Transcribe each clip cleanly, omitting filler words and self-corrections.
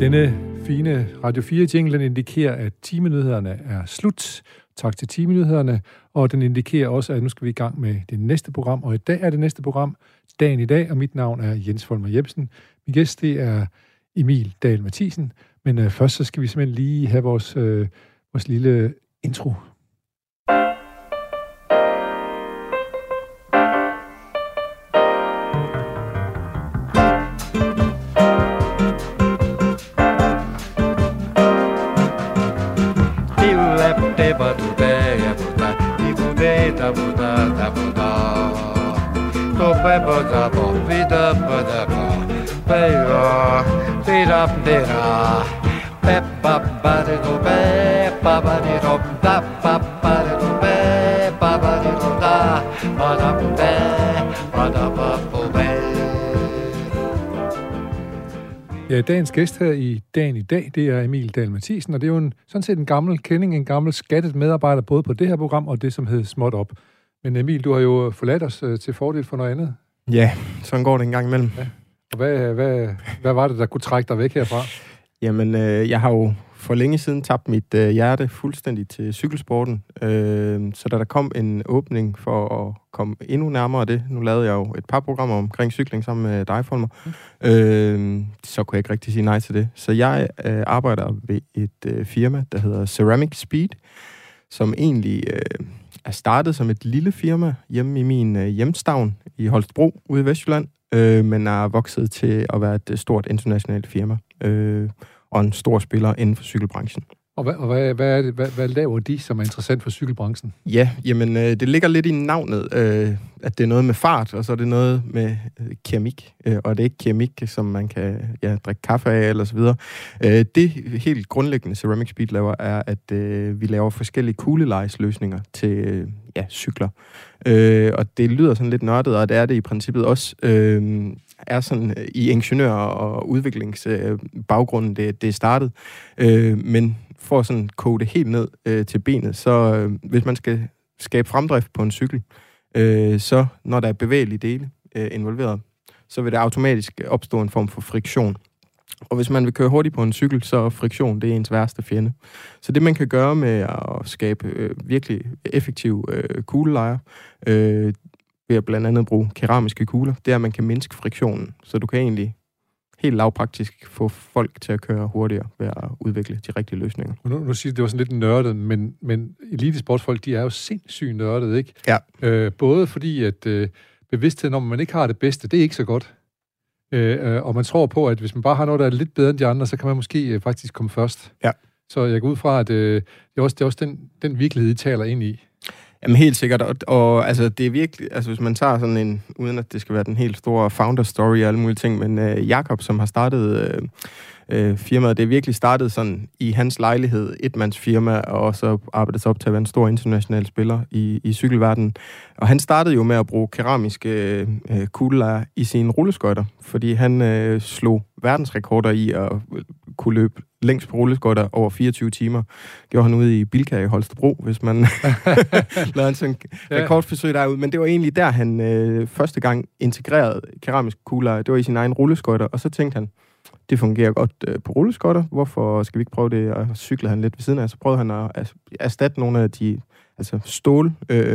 Denne fine Radio 4-jinglen indikerer, at timenyhederne er slut. Tak til timenyhederne, og den indikerer også, at nu skal vi i gang med det næste program. Og i dag er det næste program Dagen i dag, og mit navn er Jens Folmer Jebsen. Min gæst, det er Emil Dahl Mathisen. Men først så skal vi simpelthen lige have vores lille intro. Ja, dagens gæst her i Dagen i dag, det er Emil Dahl Mathisen, og det er jo sådan set en gammel kending, en gammel skattet medarbejder, både på det her program og det, som hed Småt Op. Men Emil, du har jo forladt os til fordel for noget andet. Ja, sådan går det en gang imellem. Ja. Og hvad var det, der kunne trække dig væk herfra? Jamen, jeg har jo for længe siden tabt mit hjerte fuldstændig til cykelsporten. Så da der kom en åbning for at komme endnu nærmere det, nu lavede jeg jo et par programmer omkring cykling sammen med dig, Folmer, så kunne jeg ikke rigtig sige nej til det. Så jeg arbejder ved et firma, der hedder Ceramic Speed, som egentlig er startet som et lille firma hjemme i min hjemstavn i Holstebro ude i Vestjylland, men er vokset til at være et stort internationalt firma og en stor spiller inden for cykelbranchen. Og hvad laver de, som er interessant for cykelbranchen? Ja, jamen det ligger lidt i navnet, at det er noget med fart, og så er det noget med keramik. Og det er ikke keramik, som man kan drikke kaffe af eller så videre. Det helt grundlæggende Ceramic Speed laver, er, at vi laver forskellige kuglelejesløsninger til cykler. Og det lyder sådan lidt nørdet, og det er det i princippet også. Er sådan i ingeniør- og udviklingsbaggrunden, det er startet. Men for at sådan koge det helt ned til benet, så hvis man skal skabe fremdrift på en cykel, så når der er bevægelige dele involveret, så vil der automatisk opstå en form for friktion. Og hvis man vil køre hurtigt på en cykel, så er friktion det er ens værste fjende. Så det man kan gøre med at skabe virkelig effektive kuglelejer, ved at blandt andet bruge keramiske kugler, det er, at man kan mindske friktionen. Så du kan egentlig helt lavpraktisk få folk til at køre hurtigere ved at udvikle de rigtige løsninger. Nu siger du, det var sådan lidt nørdet, men elitesportsfolk, de er jo sindssygt nørdet, ikke? Ja. Både fordi, at bevidstheden om, at man ikke har det bedste, det er ikke så godt. Og man tror på, at hvis man bare har noget, der er lidt bedre end de andre, så kan man måske faktisk komme først. Ja. Så jeg går ud fra, at det er også den virkelighed, I taler ind i. Jamen helt sikkert, og altså det er virkelig, altså hvis man tager sådan en, uden at det skal være den helt store founder story og alle mulige ting, men Jakob, som har startet firmaet, det er virkelig startet sådan i hans lejlighed, etmands firma, og så arbejdet sig op til at være en stor international spiller i cykelverdenen. Og han startede jo med at bruge keramiske kuglelejer i sine rulleskøjter, fordi han slog verdensrekorder i at kunne løbe længst på rulleskøjter over 24 timer. Gjorde han ude i Bilka i Holstebro, hvis man lavede en sådan rekordforsøg derude. Men det var egentlig der, han første gang integrerede keramiske kuglelejer. Det var i sin egen rulleskøjter, og så tænkte han, det fungerer godt på rulleskøjter. Hvorfor skal vi ikke prøve det? Og cyklede han lidt ved siden af, så prøvede han at erstatte nogle af de stål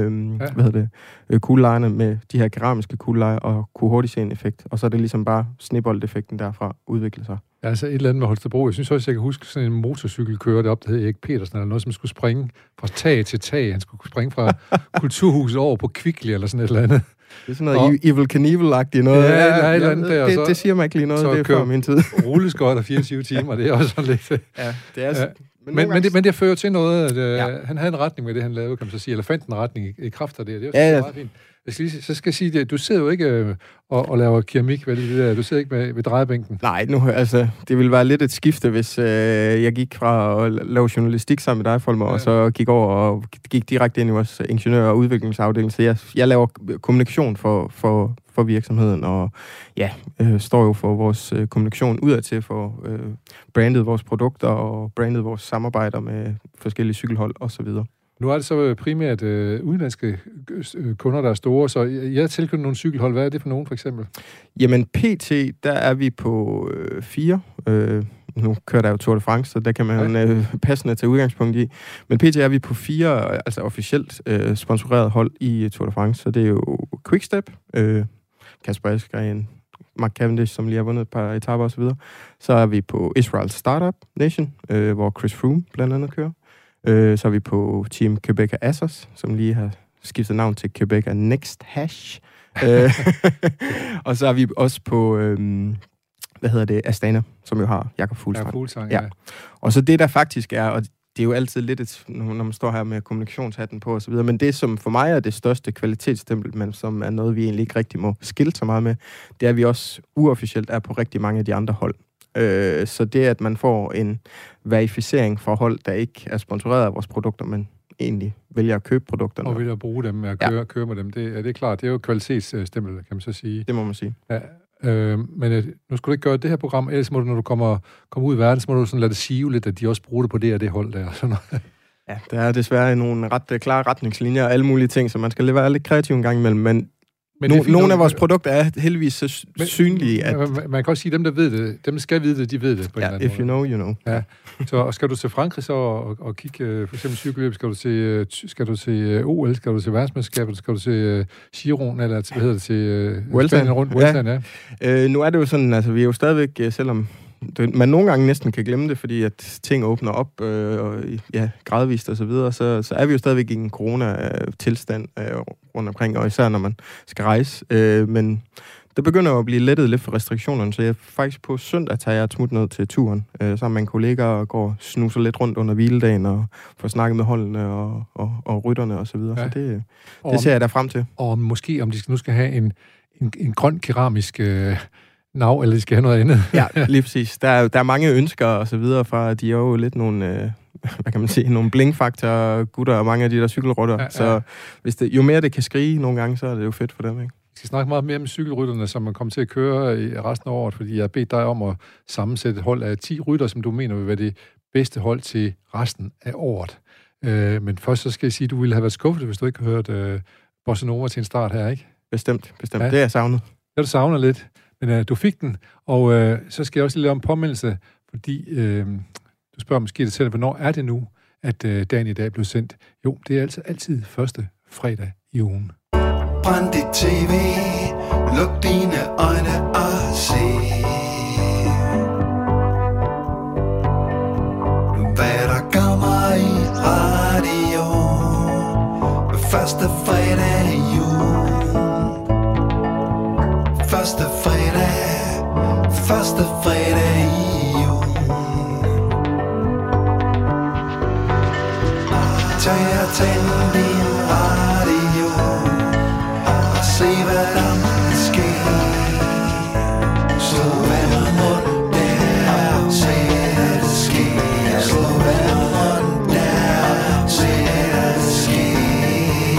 kuglelejerne med de her keramiske kuglelejer og kunne hurtigt se en effekt. Og så er det ligesom bare sneboldeffekten derfra udvikle sig. Ja, altså et eller andet med Holstebro. Jeg synes også, jeg kan huske sådan en motorcykelkører deroppe, der hed Erik Petersen, eller noget, som skulle springe fra tag til tag. Han skulle springe fra kulturhuset over på Kvickly eller sådan et eller andet. Det er sådan noget Evil Knievel-agtigt noget. Ja, der er et eller andet der. Det siger mig ikke lige noget, det er før min tid. Rulleskøjter 24 timer, det er også sådan lidt. Ja, det er så. Men det fører til noget, at han havde en retning med det, han lavede, kan man så sige, eller fandt en retning i kraft af det. Det er jo meget fint. Så skal jeg sige, at du sidder jo ikke og laver keramik, vel, det der. Du sidder ikke ved drejebænken. Nej, det ville være lidt et skifte, hvis jeg gik fra at lave journalistik sammen med dig, Folmer, og så gik over og gik direkte ind i vores ingeniør- og udviklingsafdeling. Så jeg laver kommunikation for virksomheden, og står jo for vores kommunikation udadtil, for brandet vores produkter og brandet vores samarbejder med forskellige cykelhold osv. Nu er det så primært udenlandske kunder, der er store, så jeg har tilknyttet nogle cykelhold. Hvad er det for nogen, for eksempel? Jamen, PT, der er vi på 4. Nu kører der jo Tour de France, så der kan man passende tage udgangspunkt i. Men PT er vi på 4, altså officielt sponsoreret hold i Tour de France. Så det er jo Quickstep, Kasper Asgreen, Mark Cavendish, som lige har vundet et par etaper osv. Så er vi på Israel Startup Nation, hvor Chris Froome blandt andet kører. Så er vi på Team Quebecer Assos, som lige har skiftet navn til Quebecer Next Hash. Og så er vi også på, Astana, som jo har Jakob Fuglsang. Ja. Og så det, der faktisk er, og det er jo altid lidt, når man står her med kommunikationshatten på osv., men det, som for mig er det største kvalitetsstempel, men som er noget, vi egentlig ikke rigtig må skilte så meget med, det er, at vi også uofficielt er på rigtig mange af de andre hold. Så det, at man får en verificering for hold, der ikke er sponsoreret af vores produkter, men egentlig vælger at købe produkterne. Og vælger at bruge dem med at køre med dem. Det er klart, det er jo kvalitetsstempel, kan man så sige. Det må man sige. Ja. Men nu skal du ikke gøre det her program, ellers må du, når du kommer ud i verden, så må du sådan lade det sive lidt, at de også bruger det på det og det hold der. Sådan noget. Ja, der er desværre nogle ret klare retningslinjer og alle mulige ting, så man skal være lidt kreativ en gang imellem, men nogle af vores produkter er heldigvis så synlige, at... Man kan også sige, at dem, der ved det, dem, der skal vide det, de ved det på en eller anden måde. If you know, you know. Ja. Så skal du til Frankrig så og kigge, for eksempel cykelløb, skal du til OL, skal du til verdensmesterskabet, skal du til Giron, eller hvad hedder det, til Vueltaen rundt Vueltaen, ja. Nu er det jo sådan, altså vi er jo stadigvæk, selvom man nogle gange næsten kan glemme det, fordi at ting åbner op gradvist og så videre, så er vi jo stadigvæk i en corona-tilstand rundt omkring, og især når man skal rejse. Men der begynder jo at blive lettet lidt for restriktionerne, så jeg faktisk på søndag tager jeg et smut ned til turen, sammen med en kollega, og går og snuser lidt rundt under hviledagen, og får snakket med holdene og rytterne og så videre. Ja. Så det ser jeg da frem til. Og måske om de nu skal have en grøn keramisk... eller de skal have noget andet. Ja, lige præcis. Der er mange ønsker og så videre fra, de er jo lidt nogle, hvad kan man sige, nogle blinkfaktorer, gutter og mange af de der cykelrytter. Ja. Så jo mere det kan skrige nogle gange, så er det jo fedt for dem, ikke? Vi skal snakke meget mere med cykelrytterne, som man kommer til at køre i resten af året, fordi jeg har bedt dig om at sammensætte et hold af 10 rytter, som du mener vil være det bedste hold til resten af året. Men først så skal jeg sige, at du ville have været skuffet, hvis du ikke har hørt Bossa Nova til en start her, ikke? Bestemt. Ja. Det er jeg savnet. Det er du savner lidt. Men du fik den, og så skal jeg også lige lave en påmeldelse, fordi du spørger måske dig selv, hvornår er det nu, at dagen i dag blev sendt? Jo, det er altså altid første fredag i ugen. Brænd dit tv, luk dine øjne og se, hvad der kommer i radio, første fredag i ugen. Første fredag i ugen. Tænd din radio og se hvad der sker. Slå vandet rundt der, se det sker. Slå vandet rundt der, se det sker.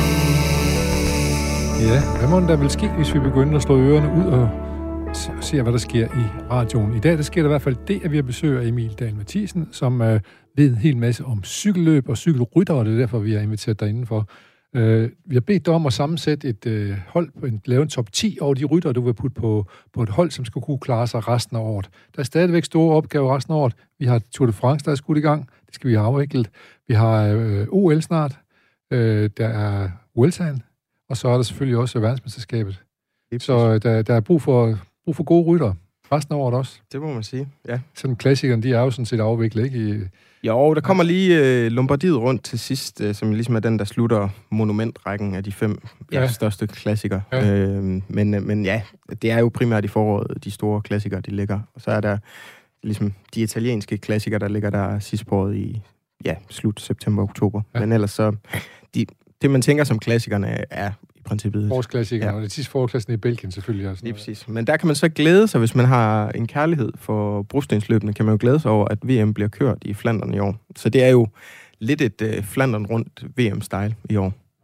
Ja, hvad må der vil ske, hvis vi begynder at slå ørerne ud og ser, hvad der sker i radioen. I dag der sker der i hvert fald det, at vi har besøg af Emil Dahl Mathisen, som ved en hel masse om cykelløb og cykelrytter, og det er derfor, vi har inviteret dig indenfor. Vi har bedt dig om at sammensætte et hold, lave en top 10 over de rytter, du vil putte på et hold, som skal kunne klare sig resten af året. Der er stadigvæk store opgaver resten af året. Vi har Tour de France, der er skudt i gang. Det skal vi have afviklet. Vi har OL snart. Der er Vueltaen. Og så er der selvfølgelig også verdensmesterskabet. Så der er brug for gode rytter resten af året også. Det må man sige, ja. Sådan klassikerne, de er jo sådan set afviklet, ikke? Jo, der kommer lige Lombardiet rundt til sidst, som ligesom er den, der slutter monumentrækken af de 5 største klassikere. Ja. Men ja, det er jo primært i foråret, de store klassikere, de ligger. Og så er der ligesom de italienske klassikere, der ligger der sidst på året i slut september-oktober. Ja. Men ellers så, det man tænker som klassikerne er i princippet... Forårsklassikerne, og det sidste forårklassen i Belgien selvfølgelig også. Lige præcis. Men der kan man så glæde sig, hvis man har en kærlighed for brostensløbene, kan man jo glæde sig over, at VM bliver kørt i Flandern i år. Så det er jo lidt et Flandern rundt VM-style i år.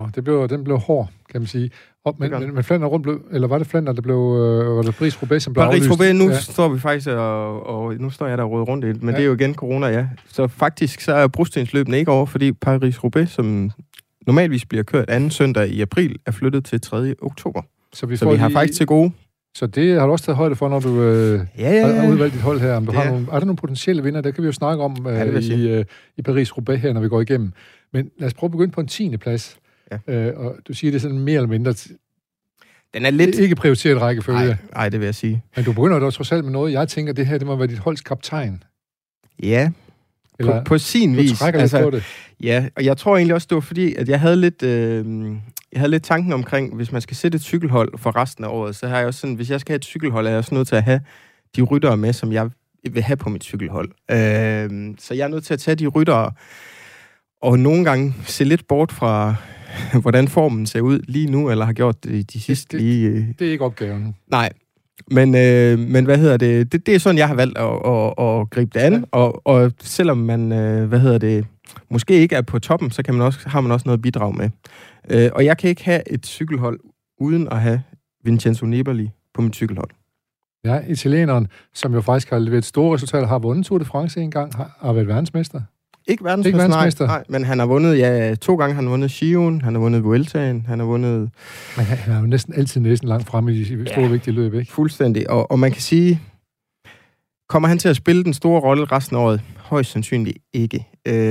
Og den blev hård, kan man sige. Men Flandern rundt blev, eller var det Flandern, der blev, var det Paris-Roubaix, som blev aflyst? Paris-Roubaix, nu står vi faktisk, og nu står jeg der og råder rundt i det, men det er jo igen corona, ja. Så faktisk, så er brostensløbene ikke over, fordi Paris-Roubaix, som normalvis bliver kørt anden søndag i april, er flyttet til 3. oktober. Så vi har faktisk til gode. Så det har du også taget højde for, når du har udvalgt dit hold her. Om du har er der nogle potentielle vinder? Det kan vi jo snakke om i Paris-Roubaix her, når vi går igennem. Men lad os prøve at begynde på en 10. plads. Ja. Og du siger, det er sådan mere eller mindre... Den er lidt... Ikke prioriteret rækkefølge. Nej, det vil jeg sige. Men du begynder da trods alt med noget. Jeg tænker, det her, det må være dit holds kaptajn. Ja, på sin vis. Du trækker lidt på det. Ja, og jeg tror egentlig også, det var fordi, at jeg havde lidt tanken omkring, hvis man skal sætte et cykelhold for resten af året, så har jeg også sådan, hvis jeg skal have et cykelhold, er jeg også nødt til at have de ryttere med, som jeg vil have på mit cykelhold. Så jeg er nødt til at tage de ryttere, og nogle gange se lidt bort fra, hvordan formen ser ud lige nu, eller har gjort det de sidste lige... Det er ikke opgaven. Nej. Men hvad hedder det? Det er sådan, jeg har valgt at gribe det an. Og selvom man, måske ikke er på toppen, så har man også noget at bidrage med. Og jeg kan ikke have et cykelhold, uden at have Vincenzo Nibali på mit cykelhold. Ja, italieneren, som jo faktisk har leveret store resultater, har vundet Tour de France en gang, har været verdensmester. Ikke verdensmester, nej, men han har vundet, 2 gange han har vundet Giroen, han har vundet Vueltaen, han har vundet... Men han er jo næsten langt fremme i de store, vigtige løb, ikke? Fuldstændig, og man kan sige, kommer han til at spille den store rolle resten af året? Højst sandsynligt ikke.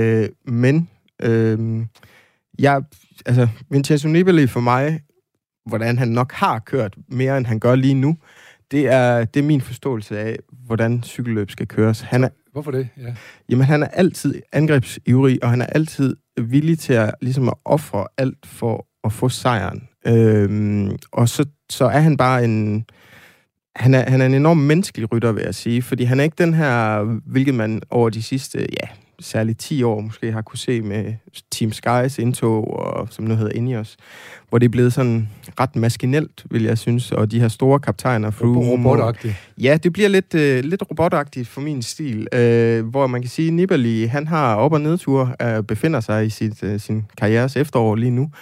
Vincenzo Nibali for mig, hvordan han nok har kørt mere, end han gør lige nu, det er min forståelse af, hvordan cykelløb skal køres. Hvorfor det? Ja. Jamen, han er altid angrebsivrig, og han er altid villig til at ofre alt for at få sejren. Og så er han bare han er en enorm menneskelig rytter, vil jeg sige, fordi han er ikke den her, hvilket man over de sidste, særligt 10 år måske har kunne se med Team Skys indtog, og som nu hedder Ineos, hvor det er blevet sådan ret maskinelt, vil jeg synes, og de her store kaptajner... Robotagtigt. Ja, det bliver lidt robotagtigt for min stil, hvor man kan sige, Nibali, han har op- og nedtur, befinder sig i sin karrieres efterår lige nu,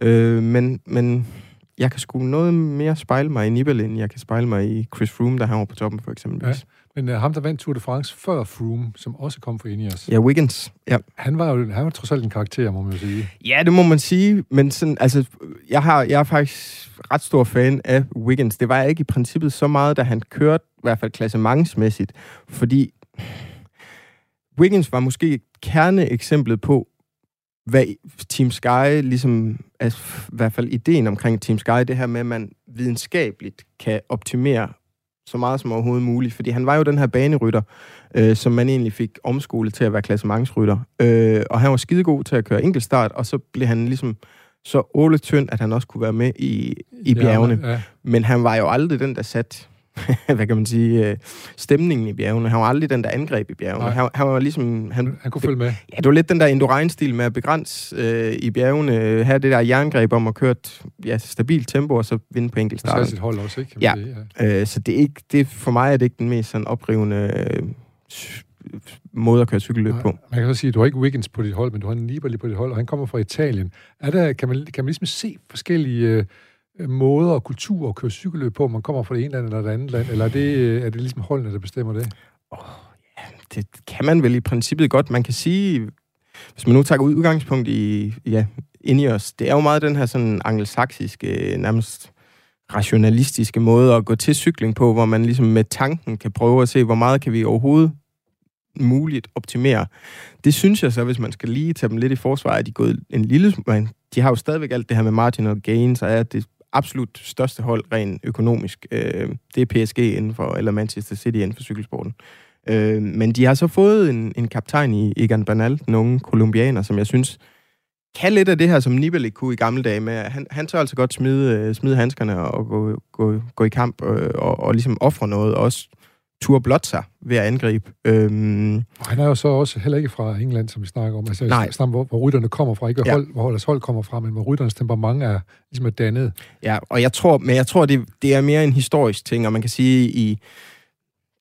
men jeg kan sgu noget mere spejle mig i Nibali, end jeg kan spejle mig i Chris Froome, der han var på toppen, for eksempel. Ja. Men ham, der vandt Tour de France før Froome, som også kom fra Ineos. Ja, Wiggins. Ja. Han var trods alt en karakter, må man jo sige. Ja, det må man sige, men sådan, altså, jeg er faktisk ret stor fan af Wiggins. Det var jeg ikke i princippet så meget, da han kørte, i hvert fald klassementsmæssigt, fordi Wiggins var måske kerneeksemplet på, hvad Team Sky ligesom, altså, i hvert fald ideen omkring Team Sky, det her med, at man videnskabeligt kan optimere så meget som overhovedet muligt, fordi han var jo den her banerytter, som man egentlig fik omskolet til at være klassementsrytter. Og han var skidegod til at køre enkeltstart, og så blev han ligesom så åletynd, at han også kunne være med i bjergene. Ja. Men han var jo aldrig den, der satte, hvad kan man sige, stemningen i bjergene. Han var aldrig den, der angreb i bjergene. Han var ligesom... Han kunne følge med. Ja, det var lidt den der Indurain-stil med at begrænse i bjergene, have det der jerngreb om at køre et stabilt tempo, og så vinde på enkeltstart. Og så sit hold også, ikke? Så det er ikke, for mig er det ikke den mest sådan oprivende måde at køre cykelløb på. Man kan så sige, at du har ikke Wiggins på dit hold, men du har Nibali på dit hold, og han kommer fra Italien. Kan man ligesom se forskellige måder og kulturer at køre cykelløb på, om man kommer fra det ene land eller det andet land, eller er det ligesom holdene, der bestemmer det? Det kan man vel i princippet godt. Man kan sige, hvis man nu tager udgangspunkt i Ineos, det er jo meget den her sådan angelsaksiske, nærmest rationalistiske måde at gå til cykling på, hvor man ligesom med tanken kan prøve at se, hvor meget kan vi overhovedet muligt optimere. Det synes jeg så, hvis man skal lige tage dem lidt i forsvar, at de er gået en lille... De har jo stadigvæk alt det her med marginal gains, og er det absolut største hold rent økonomisk. Det er PSG indenfor, eller Manchester City inden for cykelsporten. Men de har så fået en kaptajn i Egan Bernal, den unge kolumbianer, som jeg synes kan lidt af det her, som Nibali kunne i gamle dage med. Han tør altså godt smide handskerne og gå i kamp og ligesom ofre noget, og også turde blot sig ved at angribe. Og han er jo så også heller ikke fra England, som vi snakker om. Altså, hvor rytterne kommer fra. Ikke hvor deres hold kommer fra, men hvor rytternes temperament er ligesom dannet. Ja, og jeg tror, det er mere en historisk ting, og man kan sige,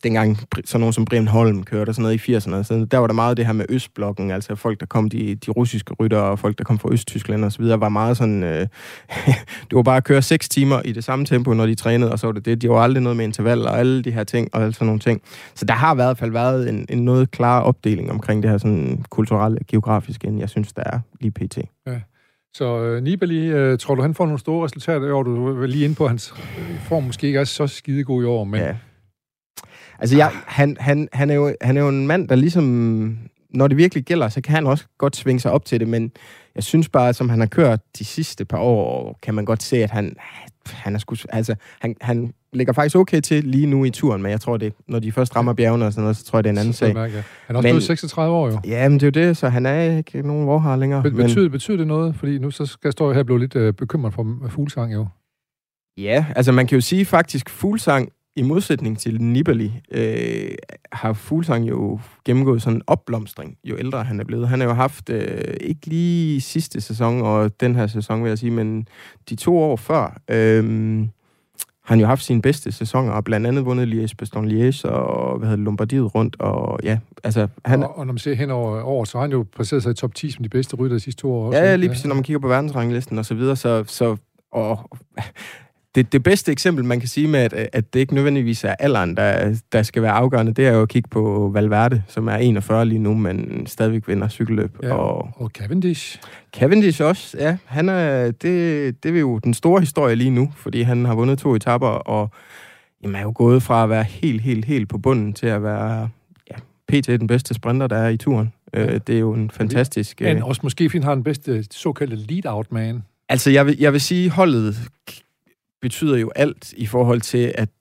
dengang sådan nogen som Brian Holm kørte og sådan noget i 80'erne. Så der var der meget det her med Østblokken, altså folk, der kom, de russiske ryttere, og folk, der kom fra Østtyskland og så videre, var meget sådan... det var bare at køre 6 timer i det samme tempo, når de trænede, og så var det. De var aldrig noget med interval og alle de her ting, og alle sådan nogle ting. Så der har i hvert fald været en noget klar opdeling omkring det her sådan kulturelle, geografiske, end jeg synes, der er lige pt. Ja. Så Nibali, tror du, han får nogle store resultater i år? Du var lige inde på, at hans form måske ikke er så skidegod i år, men... Ja. Altså, han er jo en mand, der ligesom, når det virkelig gælder, så kan han også godt svinge sig op til det, men jeg synes bare, som han har kørt de sidste par år, kan man godt se, at han er sgu... Altså, han ligger faktisk okay til lige nu i turen, men jeg tror, det når de først rammer bjergene og sådan noget, så tror jeg, det er en anden sag. Han er også blevet 36 år, jo. Ja, men det er jo det, så han er ikke nogen vorhar længere. Betyder det noget? Fordi nu så skal jeg stå her og blive lidt bekymret for Fuglsang, jo. Ja, altså man kan jo sige faktisk, Fuglsang, i modsætning til Nibali, har Fuglsang jo gennemgået sådan en opblomstring, jo ældre han er blevet. Han har jo haft, ikke lige sidste sæson, og den her sæson, vil jeg sige, men de 2 år før, har han jo haft sine bedste sæsoner, og blandt andet vundet Liège-Bastogne-Liège, og Lombardiet rundt, og ja, altså... Og når man ser hen over, så har han jo placeret sig i top 10 som de bedste ryttere de sidste 2 år. Ja, lige præcis, når man kigger på verdensranglisten og så videre, så det bedste eksempel, man kan sige med, at det ikke nødvendigvis er alderen, der skal være afgørende, det er jo at kigge på Valverde, som er 41 lige nu, men stadigvæk vinder cykelløb. Ja, og Cavendish. Cavendish også, ja. Han det er jo den store historie lige nu, fordi han har vundet 2 etaper, og jamen, er jo gået fra at være helt på bunden til at være pt. Den bedste sprinter, der er i turen. Ja. Det er jo en fantastisk... Men også måske fordi han har den bedste såkaldte lead-out man. Altså, jeg vil sige, holdet betyder jo alt i forhold til, at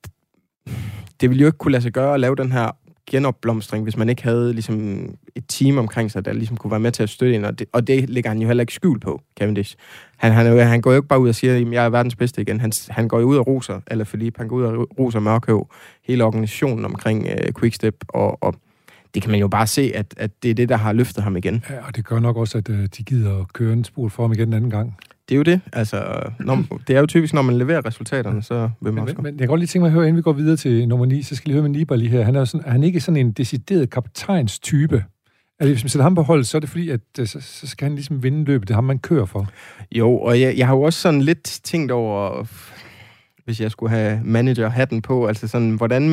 det ville jo ikke kunne lade sig gøre at lave den her genopblomstring, hvis man ikke havde ligesom et team omkring sig, der ligesom kunne være med til at støtte ind, og det lægger han jo heller ikke skjul på, Cavendish. Han går jo ikke bare ud og siger, at jeg er verdens bedste igen. Han går jo ud og roser, eller Philippe, han går ud og roser Mørkøv, hele organisationen omkring Quickstep, og det kan man jo bare se, at det er det, der har løftet ham igen. Ja, og det gør nok også, at de gider at køre en spurt for ham igen en anden gang. Det er jo det. Altså, det er jo typisk, når man leverer resultaterne, så vil man også... Men jeg kan godt lige tænke mig at høre, inden vi går videre til nummer 9, så skal jeg lige høre med Nibali her. Er han ikke sådan en decideret kaptajnstype? Altså, hvis man sætter ham på holdet, så er det fordi, at så skal han ligesom vinde løbet. Det er ham, man kører for. Jo, og jeg har jo også sådan lidt tænkt over, hvis jeg skulle have manager-hatten på, altså sådan, hvordan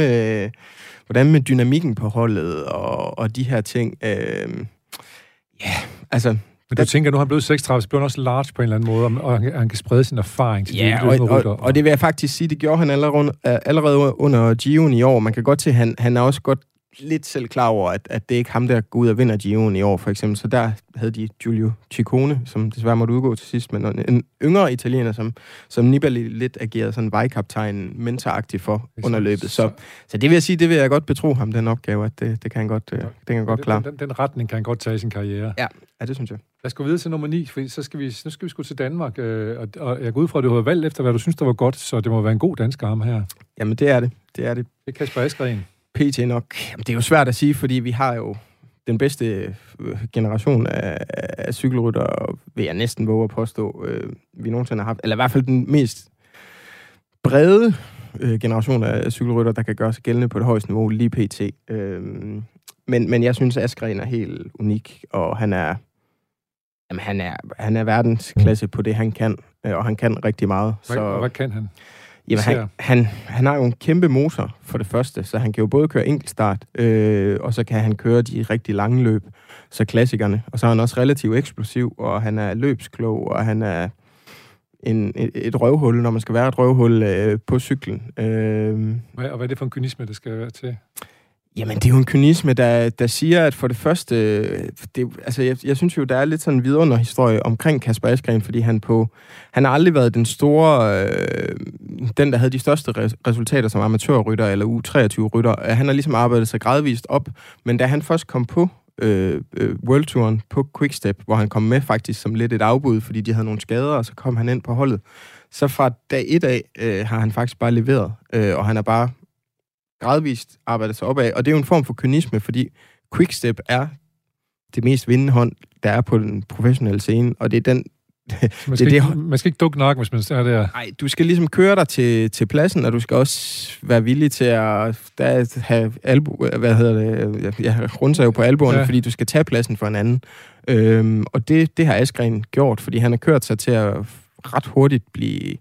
med dynamikken på holdet og de her ting. Altså... Men du tænker, nu har han blevet 36, så bliver han også large på en eller anden måde, og han kan sprede sin erfaring til de rytter. Og det vil jeg faktisk sige, det gjorde han allerede under Giroen i år. Man kan godt se, at han er også godt lidt selv klar over, at det ikke er ham, der går ud og vinder Giroen i år, for eksempel. Så der havde de Giulio Ciccone, som desværre måtte udgå til sidst, men en yngre italiener, som Nibali lidt agerede sådan vejkaptajn mentoragtigt for under løbet. Så det vil jeg sige, det vil jeg godt betro ham, den opgave, at det kan han godt, det kan han godt klare. Den retning kan han godt tage i sin karriere. Ja, det synes jeg. Lad os gå videre til nummer 9, for nu skal vi sgu til Danmark, og jeg går ud fra, at du har valgt efter, hvad du synes, der var godt, så det må være en god dansk arm her. Jamen, det er det. Det er Kasper Asgreen. PT nok. Jamen, det er jo svært at sige, fordi vi har jo den bedste generation af cykelrytter, vil jeg næsten våge at påstå, vi nogensinde har haft. Eller i hvert fald den mest brede generation af cykelrytter, der kan gøre sig gældende på det højeste niveau, lige PT. Men jeg synes, Asgreen er helt unik, og han er verdensklasse på det, han kan, og han kan rigtig meget. Hvad kan han? Jamen, han har jo en kæmpe motor, for det første, så han kan jo både køre enkeltstart, og så kan han køre de rigtig lange løb, så klassikerne. Og så er han også relativt eksplosiv, og han er løbsklog, og han er et røvhul, når man skal være et røvhul på cyklen. Og hvad er det for en kynisme, det skal være til? Jamen, det er jo en kynisme, der siger, at for det første... jeg synes jo, der er lidt sådan en vidunderhistorie omkring Kasper Asgreen, fordi han har aldrig været den store... den, der havde de største resultater som amatørrytter eller U23-rytter. Han har ligesom arbejdet sig gradvist op, men da han først kom på World Touren på Quickstep, hvor han kom med faktisk som lidt et afbud, fordi de havde nogle skader, og så kom han ind på holdet. Så fra dag 1 af har han faktisk bare leveret, og han er bare gradvist arbejder sig opad, og det er jo en form for kynisme, fordi Quickstep er det mest vindende hånd, der er på den professionelle scene, og det er den Man skal ikke dukke nok, hvis man er der. Nej, du skal ligesom køre dig til pladsen, og du skal også være villig til at have rundsav på albuerne, fordi du skal tage pladsen for en anden. Og det har Askren gjort, fordi han har kørt sig til at ret hurtigt blive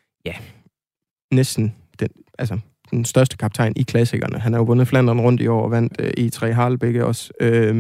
næsten den største kaptajn i klassikerne. Han har jo vundet Flandern rundt i år og vandt E3 Harlebække også.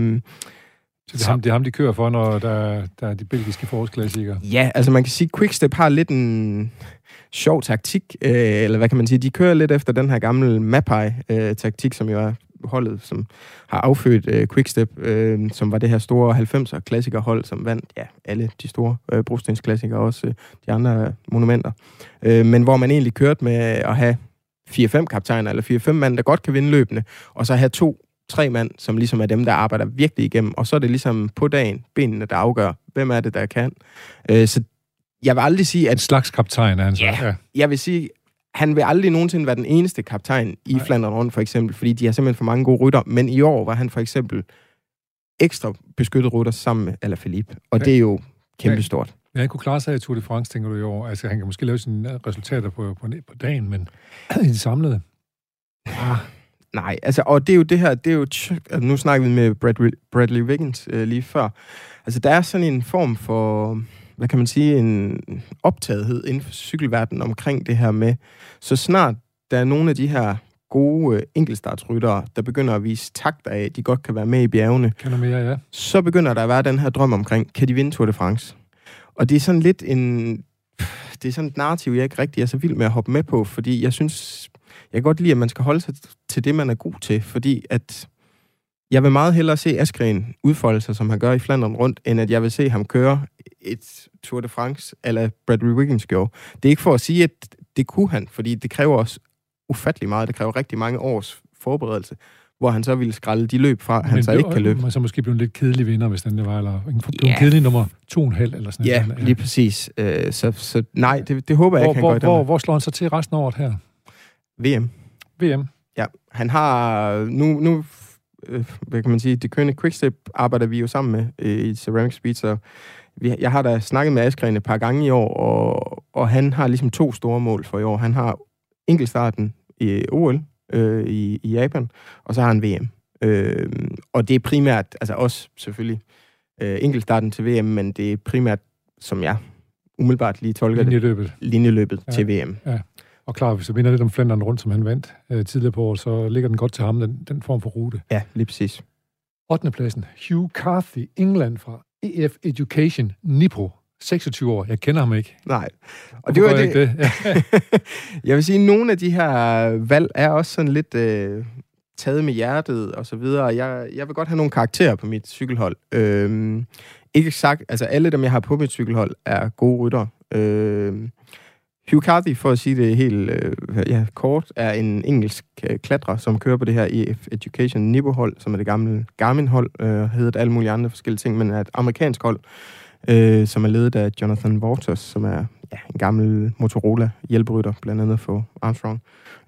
Så det er ham, de kører for, når der er de belgiske forårsklassikere? Ja, altså man kan sige, at Quickstep har lidt en sjov taktik, eller hvad kan man sige, de kører lidt efter den her gamle Mapai-taktik, som jo er holdet, som har affødt Quickstep, som var det her store 90'er klassikerhold, som vandt alle de store brostensklassikere, også de andre monumenter. Men hvor man egentlig kørte med at have 4-5 kaptajner, eller 4-5 mand, der godt kan vinde løbende, og så have 2-3 mand, som ligesom er dem, der arbejder virkelig igennem, og så er det ligesom på dagen, benene, der afgør, hvem er det, der kan. Så jeg vil aldrig sige, at... En slags kaptajn er han så. Ja, jeg vil sige, han vil aldrig nogensinde være den eneste kaptajn i Flandern rundt, for eksempel, fordi de har simpelthen for mange gode rytter, men i år var han for eksempel ekstra beskyttet rytter sammen med Alaphilippe, og det er jo kæmpestort. Ja, han kunne klare sig i Tour de France, tænker du i år. Altså, han kan måske lave sine resultater på dagen, men i det samlede... Nej, altså, og det er jo det her, det er jo... nu snakker vi med Bradley Wiggins lige før. Altså, der er sådan en form for... hvad kan man sige, en optagethed inden for cykelverdenen omkring det her med, så snart der er nogle af de her gode enkeltstartsryttere, der begynder at vise takter af, at de godt kan være med i bjergene, så begynder der at være den her drøm omkring, kan de vinde Tour de France? Og det er sådan lidt det er sådan et narrativ, jeg ikke rigtig er så vild med at hoppe med på, fordi jeg synes, jeg kan godt lide, at man skal holde sig til det, man er god til, fordi at jeg vil meget hellere se Askren udfolde sig, som han gør i Flandern rundt, end at jeg vil se ham køre et Tour de France, eller Bradley Wiggins gjorde. Det er ikke for at sige, at det kunne han, fordi det kræver også ufattelig meget. Det kræver rigtig mange års forberedelse, hvor han så ville skralde de løb fra, han så ikke kan løbe. Men så måske blive en lidt kedelig vinder, hvis den var, eller en kedelig nummer 2,5 eller sådan noget. Ja, lige præcis. Så nej, det håber jeg ikke, han gør. Hvor slår han så til resten af året her? VM? Ja, han har nu hvad kan man sige, det kønne Quickstep arbejder vi jo sammen med i Ceramic Speed, så jeg har da snakket med Askren et par gange i år, og han har ligesom 2 store mål for i år. Han har enkeltstarten i OL i Japan, og så har han VM. Og det er primært, altså også selvfølgelig enkeltstarten til VM, men det er primært, som jeg umiddelbart lige tolker linjeløbet til VM. Ja. Og klar, hvis jeg vinder lidt om Flandern rundt, som han vandt tidligere på året, så ligger den godt til ham, den form for rute. Ja, lige præcis. 8. pladsen. Hugh Carthy, England fra EF Education, Nipro. 26 år. Jeg kender ham ikke. Nej. Og det var det. Ja. Jeg vil sige, at nogle af de her valg er også sådan lidt taget med hjertet og så videre. Jeg vil godt have nogle karakterer på mit cykelhold. Ikke sagt, altså alle dem, jeg har på mit cykelhold, er gode rytter. Hugh Carthy, for at sige det helt kort, er en engelsk klatrer, som kører på det her EF Education Nippo-hold, som er det gamle Garmin-hold, hedder alle mulige andre forskellige ting, men er et amerikansk hold, som er ledet af Jonathan Waters, som er en gammel Motorola-hjælperytter, blandt andet for Armstrong.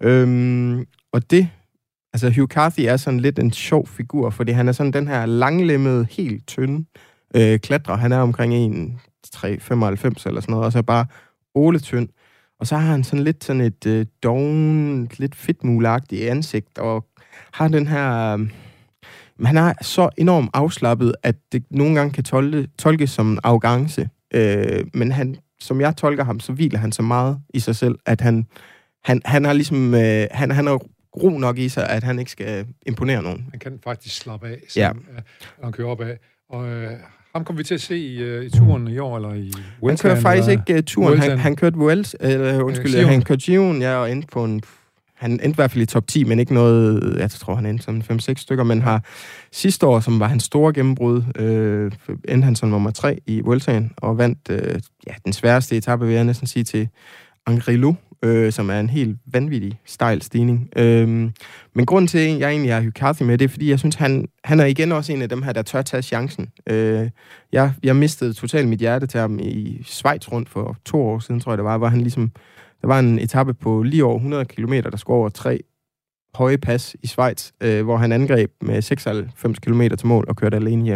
Og det, altså Hugh Carthy er sådan lidt en sjov figur, fordi han er sådan den her langlemmede, helt tynde klatrer. Han er omkring 1,395 eller sådan noget, og så bare åletynd. Og så har han sådan et doven, lidt fedtmulagtigt ansigt, og har den her... han er så enormt afslappet, at det nogle gange kan tolkes som en arrogance. Men han, som jeg tolker ham, så hviler han så meget i sig selv, at han har ligesom... han er ro nok i sig, at han ikke skal imponere nogen. Han kan faktisk slappe af, han kører op af. Og ham kommer vi til at se i turen i år, eller i Vuelta? Han kører faktisk ikke turen. Han kørte Vuelta, han kørte Giron, og endte på en... Han endte i hvert fald i top 10, men ikke noget... Jeg tror, han endte som 5-6 stykker, men har sidste år, som var hans store gennembrud, endte han som nummer 3 i Vueltaen, og vandt den sværeste etape, vil jeg næsten sige, til Angliru, som er en helt vanvittig stejl stigning. Men grunden til, at jeg egentlig har Hugh Carthy med, det er, fordi jeg synes, han er igen også en af dem her, der tør tage chancen. Jeg mistede totalt mit hjerte til ham i Schweiz rundt for 2 år siden, tror jeg det var, hvor han ligesom... Der var en etape på lige over 100 kilometer, der skulle over 3 høje pas i Schweiz, hvor han angreb med 96 kilometer til mål og kørte alene hjem.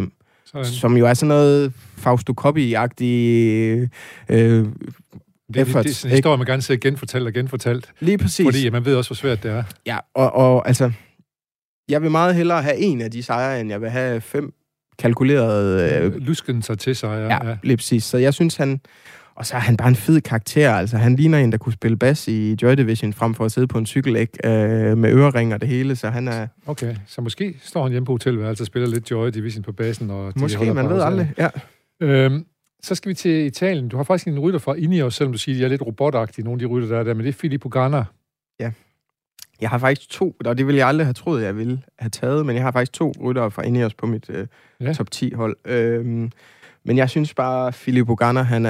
som jo er sådan noget Fausto Coppi-agtigt det er sådan en historie, man gerne ser genfortalt og genfortalt. Lige præcis. Fordi man ved også, hvor svært det er. Ja, og altså, jeg vil meget hellere have en af de sejre, end jeg vil have 5 kalkulerede... Lusken sig til sejre. Ja, lige præcis. Så jeg synes, og så er han bare en fed karakter. Altså, han ligner en, der kunne spille bas i Joy Division, frem for at sidde på en cykelæg med ørering og det hele, så han er... Okay, så måske står han hjemme på hotelværelset og spiller lidt Joy Division på basen. Og måske, man ved aldrig, ja. Så skal vi til Italien. Du har faktisk en rytter fra Ineos, selvom du siger, at de er lidt robotagtige, nogle af de rytter, der men det er Filippo Ganna. Ja. Jeg har faktisk 2, og det ville jeg aldrig have troet, jeg ville have taget, men jeg har faktisk 2 ryttere fra Ineos på mit top 10-hold. Men jeg synes bare, Filippo Ganna, han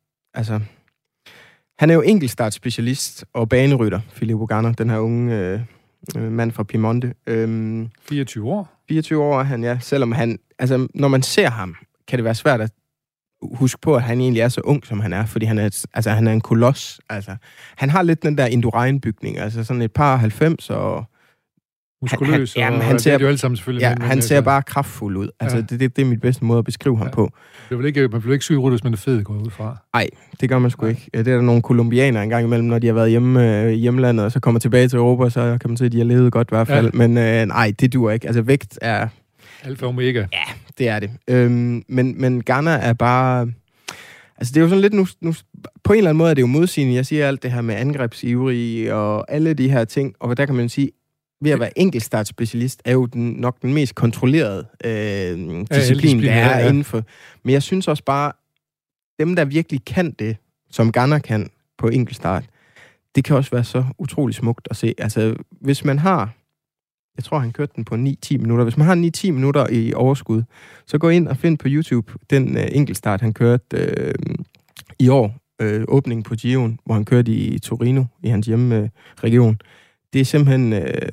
er jo enkeltstartspecialist og banerytter, Filippo Ganna, den her unge mand fra Piemonte. 24 år? 24 år er han, ja. Selvom han, altså når man ser ham, kan det være svært at huske på, at han egentlig er så ung, som han er, fordi han er en koloss. Altså, han har lidt den der Indurain-bygning, altså sådan et par 90 og... Muskuløs, han ser, det er jo alle sammen selvfølgelig. Ja, han ser bare kraftfuld ud. Altså, det er mit bedste måde at beskrive ham på. Man bliver ikke syg rytter, men det fede går ud fra. Nej, det gør man sgu ikke. Det er der nogle kolumbianere engang imellem, når de har været hjemme i hjemlandet, og så kommer tilbage til Europa, så kan man se, at de har levet godt i hvert fald. Men nej, det duer ikke. Altså, vægt er... Alfa og omega. Ja, det er det. Men Ganna er bare... Altså, det er jo sådan lidt nu... På en eller anden måde er det jo modsigende. Jeg siger alt det her med angrebsivrige og alle de her ting, og der kan man sige, ved at være enkeltstartspecialist, er jo nok den mest kontrollerede disciplin, der er indenfor. Men jeg synes også bare, dem, der virkelig kan det, som Ganna kan på enkeltstart, det kan også være så utrolig smukt at se. Altså, hvis man har... Jeg tror, han kørte den på 9-10 minutter. Hvis man har 9-10 minutter i overskud, så gå ind og find på YouTube den enkeltstart, han kørte i år. Åbningen på Giroen, hvor han kørte i Torino, i hans hjemmeregion. Det er simpelthen...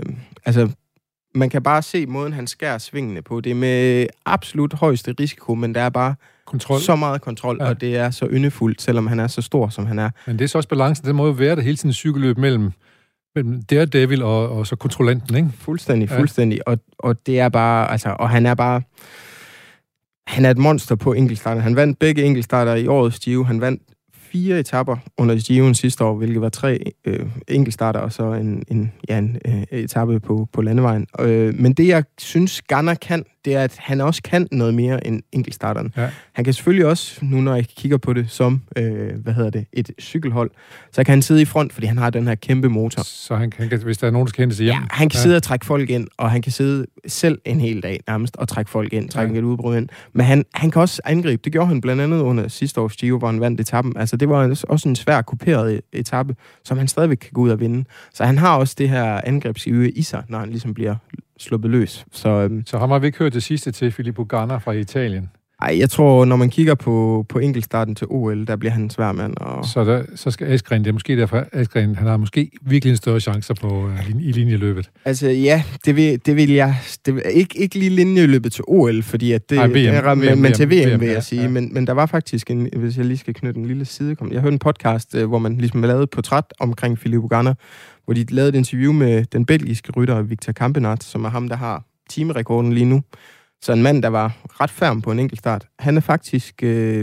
man kan bare se måden, han skærer svingene på. Det er med absolut højeste risiko, men der er bare så meget kontrol, og det er så yndefuldt, selvom han er så stor, som han er. Men det er så også balancen. Det må jo være der hele tiden cykelløb mellem Daredevil og så kontrollanten, ikke? Fuldstændig. Og det er bare... Altså, og han er bare... Han er et monster på enkeltstarter. Han vandt begge enkeltstarter i årets Giro. Han vandt 4 etaper under Giroen sidste år, hvilket var 3 enkeltstarter og så en etape på landevejen. Men det, jeg synes, Ganna kan, det er, at han også kan noget mere end enkeltstarteren. Ja. Han kan selvfølgelig også, nu når jeg kigger på det som, et cykelhold, så kan han sidde i front, fordi han har den her kæmpe motor. Så han kan, hvis der er nogen, der skal hente sig hjem. Ja, han kan sidde og trække folk ind, og han kan sidde selv en hel dag nærmest og trække folk ind, trække et udbrud ind. Men han kan også angribe. Det gjorde han blandt andet under sidste års Giro, hvor han vandt etappen. Altså, det var også en svær kuperet etape, som han stadigvæk kan gå ud og vinde. Så han har også det her angrebsgive i sig, når han ligesom bliver sluppet løs. Så har man ikke hørt det sidste til Filippo Ganna fra Italien? Ej, jeg tror, når man kigger på enkeltstarten til OL, der bliver han en svær mand. Og... Så skal Askren, det er måske derfor, Askren, han har måske virkelig en større chancer på i linjeløbet. Altså ja, det vil jeg... Ikke lige linjeløbet til OL, fordi at det... Men til VM vil jeg sige. Ja. Men der var faktisk, hvis jeg lige skal knytte en lille side... Jeg hørte en podcast, hvor man ligesom lavede et portræt omkring Filippo Ganna, hvor de lavede et interview med den belgiske rytter Victor Campenaerts, som er ham, der har timerekorden lige nu. Så en mand, der var ret færm på en enkeltstart. Han er faktisk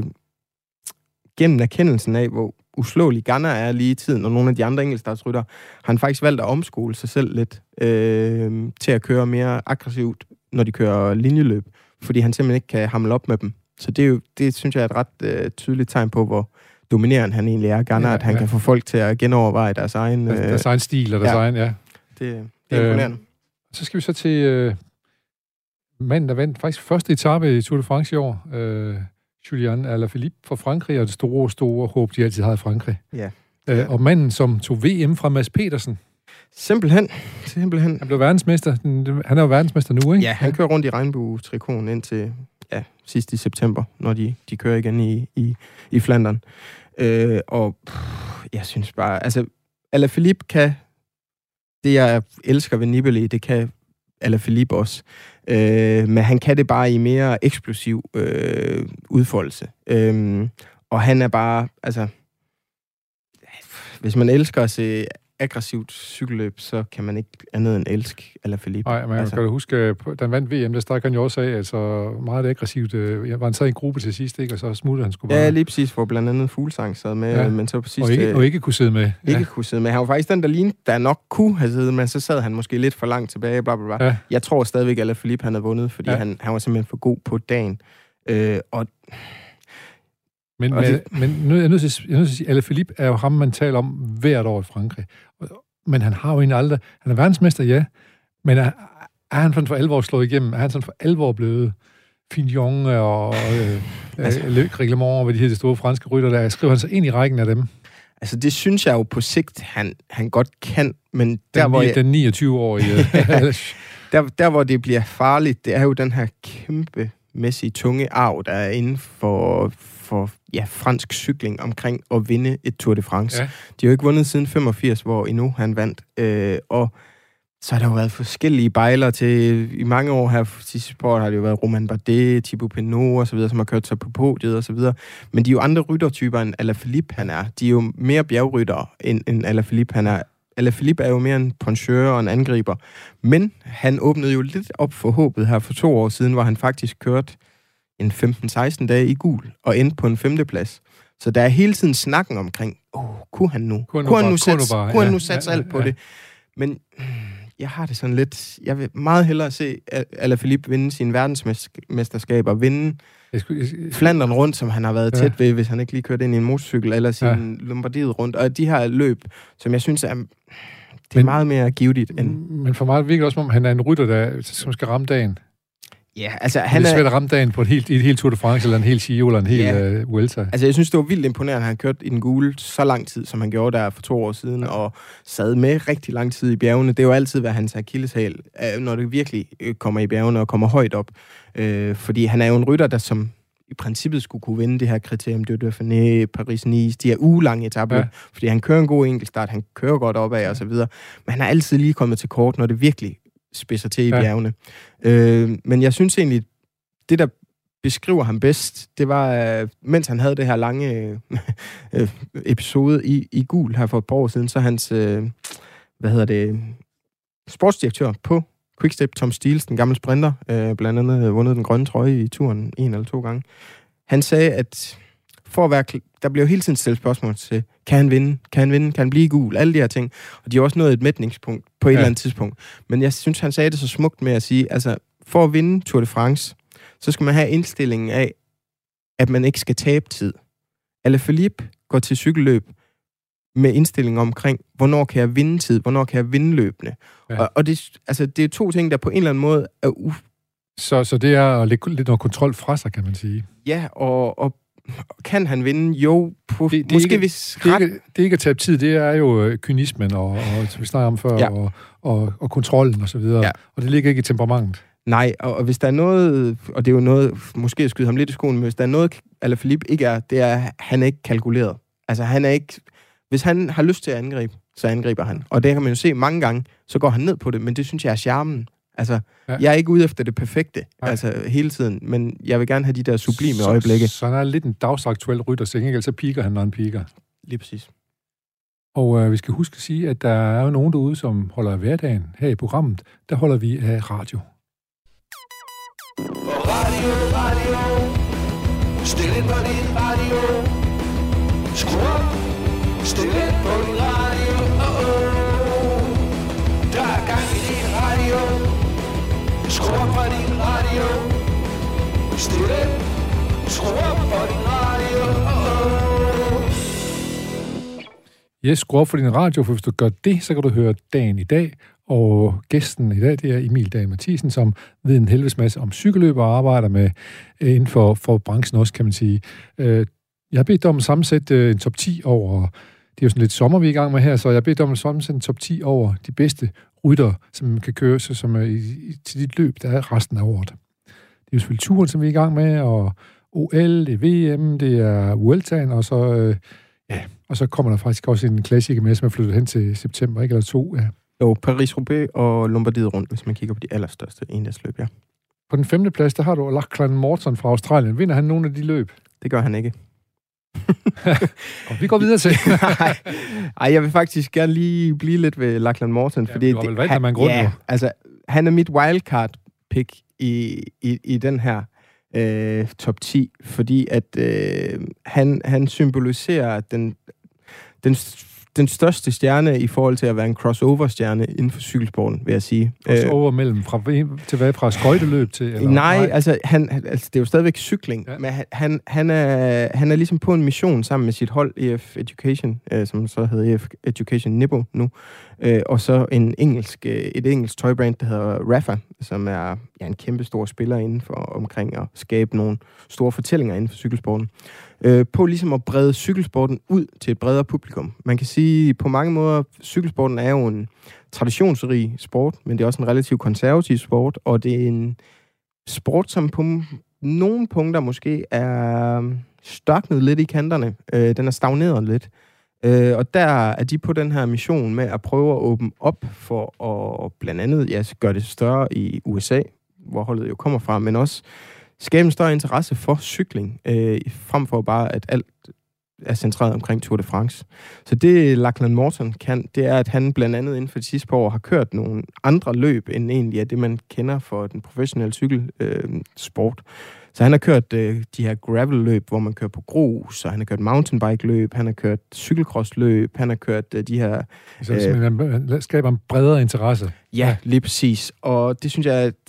gennem erkendelsen af, hvor uslåelig Ganna er lige i tiden, og nogle af de andre enkeltstartsrytter, har han faktisk valgt at omskole sig selv lidt til at køre mere aggressivt, når de kører linjeløb, fordi han simpelthen ikke kan hamle op med dem. Så det synes jeg er et ret tydeligt tegn på, hvor dominerende han egentlig er, Ganna, at han kan få folk til at genoverveje deres egen... deres egen stil og deres egen, Det er imponerende. Så skal vi så til... manden, der vandt faktisk første etape i Tour de France i år, Julian Alaphilippe fra Frankrig, og det store håb, de altid havde i Frankrig. Ja. Og manden, som tog VM fra Mads Pedersen. Simpelthen. Han blev verdensmester. Han er jo verdensmester nu, ikke? Ja, han kører rundt i regnbue-trikonen indtil sidst i september, når de kører igen i Flandern. Og jeg synes bare, altså, Alaphilippe kan det, jeg elsker ved Nibali, det kan Alaphilippe også. Men han kan det bare i mere eksplosiv udfoldelse. Og han er bare, altså... Hvis man elsker at se aggressivt cykelløb, så kan man ikke andet end elske Alaphilippe. Nej, men kan du huske, den vandt VM, der stak han jo også af, altså meget aggressivt. Jeg var sad i en gruppe til sidst, ikke? Og så smuttede han sgu bare. Ja, lige præcis, hvor blandt andet Fuglsang sad med, men så på sidst... Og ikke kunne sidde med. Ikke kunne sidde med. Han var faktisk den, der lignede, der nok kunne have siddet, men så sad han måske lidt for langt tilbage, bla bla bla. Ja. Jeg tror stadigvæk, at Alaphilippe han havde vundet, fordi han var simpelthen for god på dagen. Men nu er jeg nødt til at sige, Alaphilippe er jo ham, man taler om hvert år i Frankrig. Men han har jo egentlig aldrig... Han er verdensmester, ja. Men er han for alvor slået igennem? Er han sådan for alvor blevet Fignon og Reglement, hvad de her de store franske rytter der? Skriver han sig ind i rækken af dem? Altså, det synes jeg jo på sigt, han godt kan, men den 29-årige... der, hvor det bliver farligt, det er jo den her kæmpemæssige tunge arv, der er inden for fransk cykling omkring at vinde et Tour de France. Ja. De har jo ikke vundet siden 85, hvor endnu han vandt. Og så har der jo været forskellige bejlere til... I mange år her, sidste år har det jo været Romain Bardet, Thibaut Pinot og så videre, som har kørt sig på podiet og så videre. Men de er jo andre ryttertyper, end Alaphilippe han er. De er jo mere bjergryttere, end Alaphilippe han er. Alaphilippe er jo mere en poncheur og en angriber. Men han åbnede jo lidt op for håbet her for 2 år siden, hvor han faktisk kørte en 15-16 dage i gul og endte på en 5. plads. Så der er hele tiden snakken omkring, kunne han nu satse alt på det? Men jeg har det sådan lidt... Jeg vil meget hellere se Alaphilippe vinde sine verdensmesterskaber, vinde Flandern rundt, som han har været tæt ved, hvis han ikke lige kørte ind i en motorcykel, eller sin Lombardiet rundt. Og de her løb, som jeg synes er... Det er meget mere givetigt end... Men for mig virker det også, som om han er en rytter, som skal ramme dagen. Ja, altså han er svært at ramme dagen på et helt Tour de France, eller en hel Giro, eller en hel Vuelta. Altså jeg synes, det var vildt imponerende, at han kørte i den gule så lang tid, som han gjorde der for 2 år siden, og sad med rigtig lang tid i bjergene. Det er jo altid været hans akilleshæl, når det virkelig kommer i bjergene og kommer højt op. Fordi han er jo en rytter, der som i princippet skulle kunne vinde det her kriterium, de Dauphiné, Paris-Nice, de her ugelange etaper, fordi han kører en god enkeltstart, han kører godt opad og så videre. Men han er altid lige kommet til kort, når det virkelig spidser til i bjergene. Men jeg synes egentlig, det der beskriver ham bedst, det var, mens han havde det her lange episode i gul her for et par år siden, så hans, sportsdirektør på Quickstep, Tom Steels, den gamle sprinter, blandt andet vundet den grønne trøje i turen 1 eller 2 gange. Han sagde, at for at være der bliver jo hele tiden stillet spørgsmål til, kan han vinde? Kan han blive gul? Alle de her ting. Og de har også nået et mætningspunkt på et eller andet tidspunkt. Men jeg synes, han sagde det så smukt med at sige, altså, for at vinde Tour de France, så skal man have indstillingen af, at man ikke skal tabe tid. Alaphilippe går til cykelløb med indstilling omkring, hvornår kan jeg vinde tid? Hvornår kan jeg vinde løbende? Ja. Og det er 2 ting, der på en eller anden måde er Så det er at lægge lidt noget kontrol fra sig, kan man sige. Ja, og kan han vinde? Jo, det er ikke at tabe tid, det er jo kynismen, og som vi snakker om før, og kontrollen og så videre. Ja. Og det ligger ikke i temperamentet. Nej, og hvis der er noget, og det er jo noget, måske at skyde ham lidt i skoen, men hvis der er noget, Alaphilippe ikke er, det er, at han er ikke kalkuleret. Altså, han er ikke... Hvis han har lyst til at angribe, så angriber han. Og det kan man jo se mange gange, så går han ned på det, men det synes jeg er charmen. Altså, jeg er ikke ude efter det perfekte, hele tiden, men jeg vil gerne have de der sublime øjeblikke. Så han er lidt en dagsaktuel rytter, så ikke så piker han, når han piker. Lige præcis. Og vi skal huske at sige, at der er jo nogen derude, som holder af hverdagen. Her i programmet, der holder vi af radio. Radio, stil ind på din radio. Skru op, stil ind på din radio. Der er gang i din radio. Skru op på din radio. Stil ind, skru op på din radio. Yes, skru op for din radio, for hvis du gør det, så kan du høre Dagen i dag. Og gæsten i dag, det er Emil Dahl Mathisen, som ved en helvedes masse om cykelløb og arbejder med inden for branchen også, kan man sige. Jeg har bedt dig om at sammensætte en top 10 over, det er jo sådan lidt sommer, vi er i gang med her, så jeg har bedt dig om at sammensætte en top 10 over de bedste ryttere, som kan køre sig til dit løb, der er resten af året. Det er jo selvfølgelig turen, som vi er i gang med, og OL, det er VM, det er Vueltaen, og så kommer der faktisk også en klassiker med, som er flyttet hen til september, ikke? Eller 2, ja. Jo, Paris-Roubaix og Lombardiet rundt, hvis man kigger på de allerstørste endagsløb, ja. På den 5. plads, der har du Lachlan Morton fra Australien. Vinder han nogle af de løb? Det gør han ikke. Og vi går videre til. Ej, jeg vil faktisk gerne lige blive lidt ved Lachlan Morton, Ja, fordi du har vel valgt, at man grund nu. altså, han er mit wildcard-pick i den her top 10, fordi at han symboliserer den største stjerne i forhold til at være en crossover-stjerne inden for cykelsporten, vil jeg sige. Crossover mellem tilbage fra skøjteløb til... Eller? Nej, altså, det er jo stadigvæk cykling, ja. Men han er ligesom på en mission sammen med sit hold, EF Education, som så hedder EF Education Nibbo nu, og så et engelsk tøjbrand, der hedder Rapha, som er en kæmpe stor spiller inden for omkring at skabe nogle store fortællinger inden for cykelsporten. På ligesom at brede cykelsporten ud til et bredere publikum. Man kan sige, på mange måder, cykelsporten er jo en traditionsrig sport, men det er også en relativt konservativ sport, og det er en sport, som på nogle punkter måske er størknet lidt i kanterne. Den er stagneret lidt. Og der er de på den her mission med at prøve at åbne op for at blandt andet gøre det større i USA, hvor holdet jo kommer fra, men også skabe en større interesse for cykling, frem for bare, at alt er centreret omkring Tour de France. Så det, Lachlan Morton kan, det er, at han blandt andet inden for de sidste par år har kørt nogle andre løb, end egentlig er det, man kender for den professionelle cykelsport. Så han har kørt de her gravel-løb, hvor man kører på grus, og han har kørt mountainbike-løb, han har kørt cykelcross-løb, han har kørt de her... Så man skaber en bredere interesse. Ja, lige præcis. Og det synes jeg er et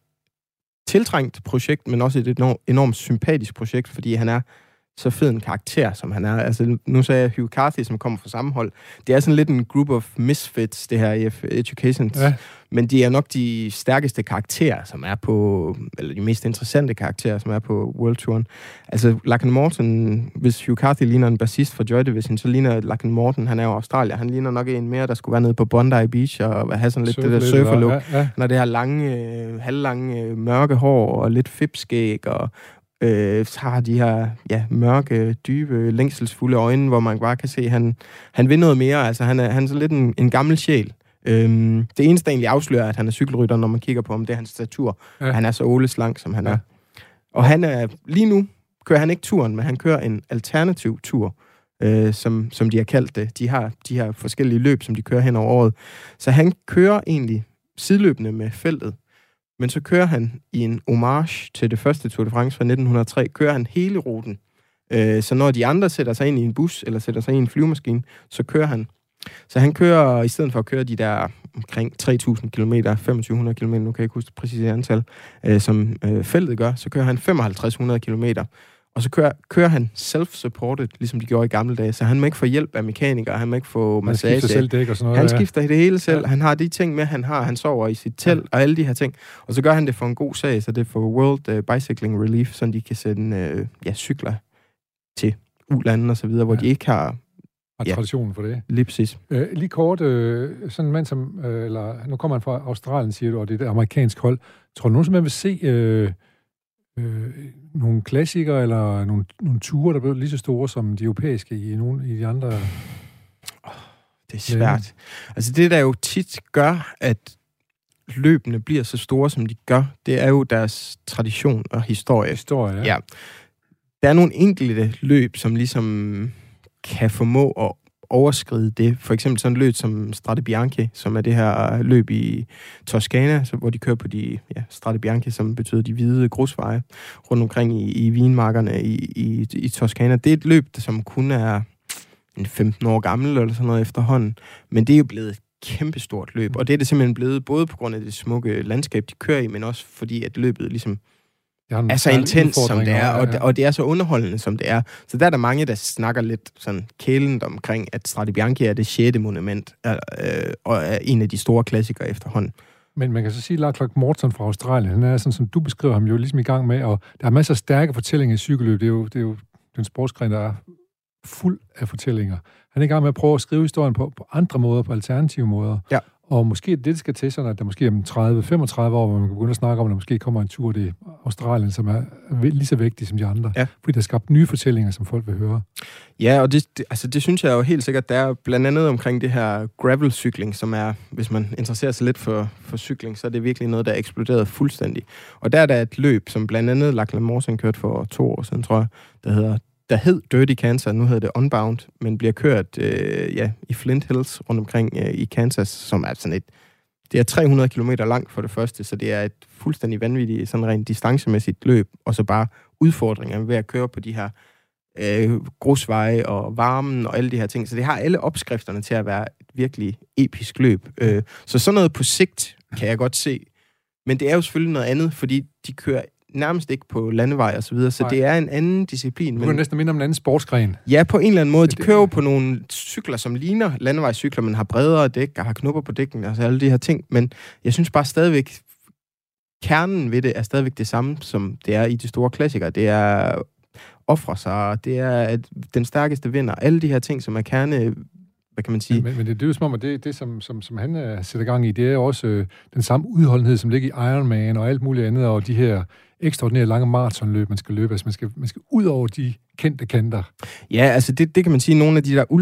tiltrængt projekt, men også et enormt sympatisk projekt, fordi han er så fed en karakter, som han er. Altså, nu sagde jeg Hugh Carthy, som kommer fra samme hold. Det er sådan lidt en group of misfits, det her EF Education. Ja. Men de er nok de stærkeste karakterer, som er på... Eller de mest interessante karakterer, som er på World Touren. Altså, Lachlan Morton, hvis Hugh Carthy ligner en bassist fra Joy Division, så ligner Lachlan Morton, han er jo Australier. Han ligner nok en mere, der skulle være nede på Bondi Beach og have sådan lidt det der surferlook. Ja. Når det her lange, halvlange, mørke hår og lidt fipskæg og... så har de her mørke, dybe, længselsfulde øjne, hvor man bare kan se, at han vil noget mere. Altså, han er så lidt en gammel sjæl. Det eneste, der egentlig afslører, at han er cykelrytter, når man kigger på ham, det er hans statur. Ja. Han er så åleslank, som han er. Og han er, lige nu kører han ikke turen, men han kører en alternativ tur, som de har kaldt det. De har de her forskellige løb, som de kører hen over året. Så han kører egentlig sideløbende med feltet. Men så kører han i en homage til det første Tour de France fra 1903, kører han hele ruten. Så når de andre sætter sig ind i en bus, eller sætter sig ind i en flyvemaskine, så kører han. Så han kører, i stedet for at køre de der omkring 3.000 km, 2.500 km, nu kan jeg ikke huske præcis antal, som feltet gør, så kører han 5.500 km. Og så kører han self-supported, ligesom de gjorde i gamle dage. Så han må ikke få hjælp af mekanikere, han må ikke få massage. Han skifter selv dæk og sådan noget. Han skifter det hele selv. Ja. Han har de ting med, han sover i sit telt og alle de her ting. Og så gør han det for en god sag, så det er for World Bicycling Relief, så de kan sende cykler til ulandene og så videre, hvor de ikke har traditionen for det. Lige præcis. Lige kort, sådan en mand som, nu kommer han fra Australien, siger du, og det er et amerikansk hold. Tror du nogensinde, man vil se nogle klassikere, eller nogle ture, der bliver lige så store som de europæiske i nogle i de andre? Det er svært. Altså det, der jo tit gør, at løbene bliver så store, som de gør, det er jo deres tradition og historie. Ja. Der er nogle enkelte løb, som ligesom kan formå at overskride det. For eksempel sådan et løb som Strade Bianche, som er det her løb i Toscana, hvor de kører på de Strade Bianche, som betyder de hvide grusveje, rundt omkring i vinmarkerne i Toscana. Det er et løb, som kun er 15 år gammel eller sådan noget efterhånden, men det er jo blevet et kæmpestort løb, og det er det simpelthen blevet, både på grund af det smukke landskab, de kører i, men også fordi, at løbet ligesom er så intens, som det er, og det er så underholdende, som det er. Så der er der mange, der snakker lidt sådan kælent omkring, at Strade Bianche er det 6. monument, og er en af de store klassikere efterhånden. Men man kan så sige, Lachlan Morton fra Australien, han er sådan, som du beskriver ham jo ligesom i gang med, og der er masser af stærke fortællinger i cykelløb. Det er jo den sportsgren, der er fuld af fortællinger. Han er i gang med at prøve at skrive historien på andre måder, på alternative måder. Ja. Og måske det skal til sådan, at der måske om 30-35 år, hvor man kan begynde at snakke om, at der måske kommer en tur til Australien, som er lige så vigtig som de andre. Ja. Fordi der er skabt nye fortællinger, som folk vil høre. Ja, og det synes jeg jo helt sikkert, der er blandt andet omkring det her gravel-cykling, som er, hvis man interesserer sig lidt for cykling, så er det virkelig noget, der er eksploderet fuldstændig. Og der er der et løb, som blandt andet Lachlan Morton kørte for 2 år siden, tror jeg, der hedder der hed Dirty Kansas, nu hedder det Unbound, men bliver kørt i Flint Hills rundt omkring i Kansas, som er sådan det er 300 kilometer langt for det første, så det er et fuldstændig vanvittigt, sådan rent distancemæssigt løb, og så bare udfordringer ved at køre på de her grusveje og varmen og alle de her ting. Så det har alle opskrifterne til at være et virkelig episk løb. Så sådan noget på sigt kan jeg godt se. Men det er jo selvfølgelig noget andet, fordi de kører nærmest ikke på landevej og så videre, så det er en anden disciplin. Det er næsten mindre om en anden sportsgren. Ja, på en eller anden måde. De kører på nogle cykler, som ligner landevejscykler, men har bredere dæk og har knupper på dækken, altså alle de her ting. Men jeg synes bare stadigvæk, kernen ved det er stadigvæk det samme, som det er i de store klassikere. Det er ofre sig, det er, at den stærkeste vinder. Alle de her ting, som er kerne, hvad kan man sige? Men det er jo som om, at det som han sætter gang i, det er jo også den samme udholdenhed, som ligger i Ironman og alt muligt andet, og de her ekstraordinære lange maratonløb, man skal løbe. Altså man skal ud over de kendte kanter. Ja, altså det kan man sige, nogle af de der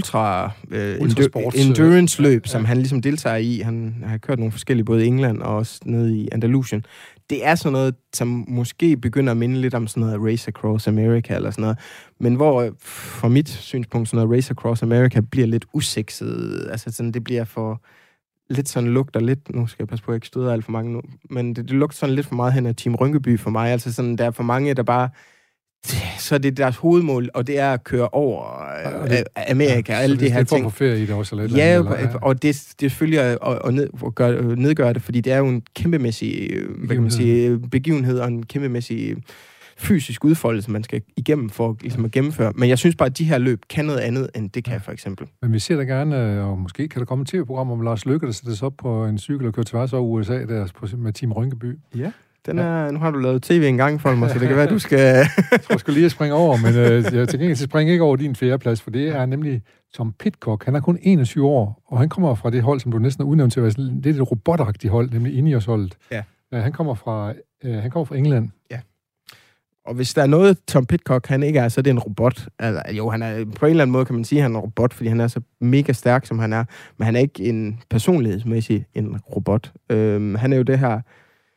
endurance-løb, som han ligesom deltager i. Han har kørt nogle forskellige, både i England og også nede i Andalusien. Det er sådan noget, som måske begynder at minde lidt om sådan noget Race Across America eller sådan noget. Men hvor fra mit synspunkt, sådan noget Race Across America bliver lidt usekset. Altså sådan, det bliver for lidt sådan lugter lidt, nu skal jeg passe på, at jeg ikke støder alt for mange nu, men det lugter sådan lidt for meget hen af Team Rynkeby for mig. Altså sådan, der er for mange, der bare så det er deres hovedmål, og det er at køre over Amerika og alle de her ting. Så det er for ferie i det også? Eller ja, og det er selvfølgelig at nedgøre det, fordi det er jo en kæmpemæssig begivenhed og en kæmpemæssig fysisk udfoldelse, man skal igennem for ligesom at gennemføre. Men jeg synes bare, at de her løb kan noget andet, end det kan for eksempel. Men vi ser da gerne, og måske kan der komme et tv-program om Lars Løkke, der sætter sig op på en cykel og kører tværs over USA der med Team Rynkeby. Ja. Nu har du lavet tv en gang for mig, så det kan være, du skal... Jeg tror, jeg skulle lige at springe over, men jeg til gengæld springer ikke over din fjerdeplads, for det er nemlig Tom Pidcock. Han er kun 21 år, og han kommer fra det hold, som du næsten har udnævnt til at være sådan, det er et robotagtigt hold, nemlig Ineos-holdet. Ja. Han kommer fra England. Ja. Og hvis der er noget, Tom Pidcock, han ikke er, så er det en robot. Altså, jo, han er på en eller anden måde, kan man sige, han er en robot, fordi han er så mega stærk, som han er. Men han er ikke en personlighedsmæssig en robot. Han er jo det her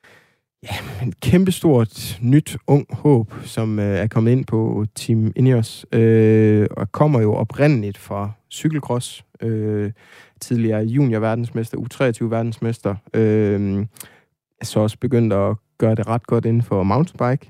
en kæmpestort, nyt, ung håb, som er kommet ind på Team Ineos, og kommer jo oprindeligt fra cykelcross, tidligere junior-verdensmester, U23-verdensmester, så også begyndt at gøre det ret godt inden for mountainbike,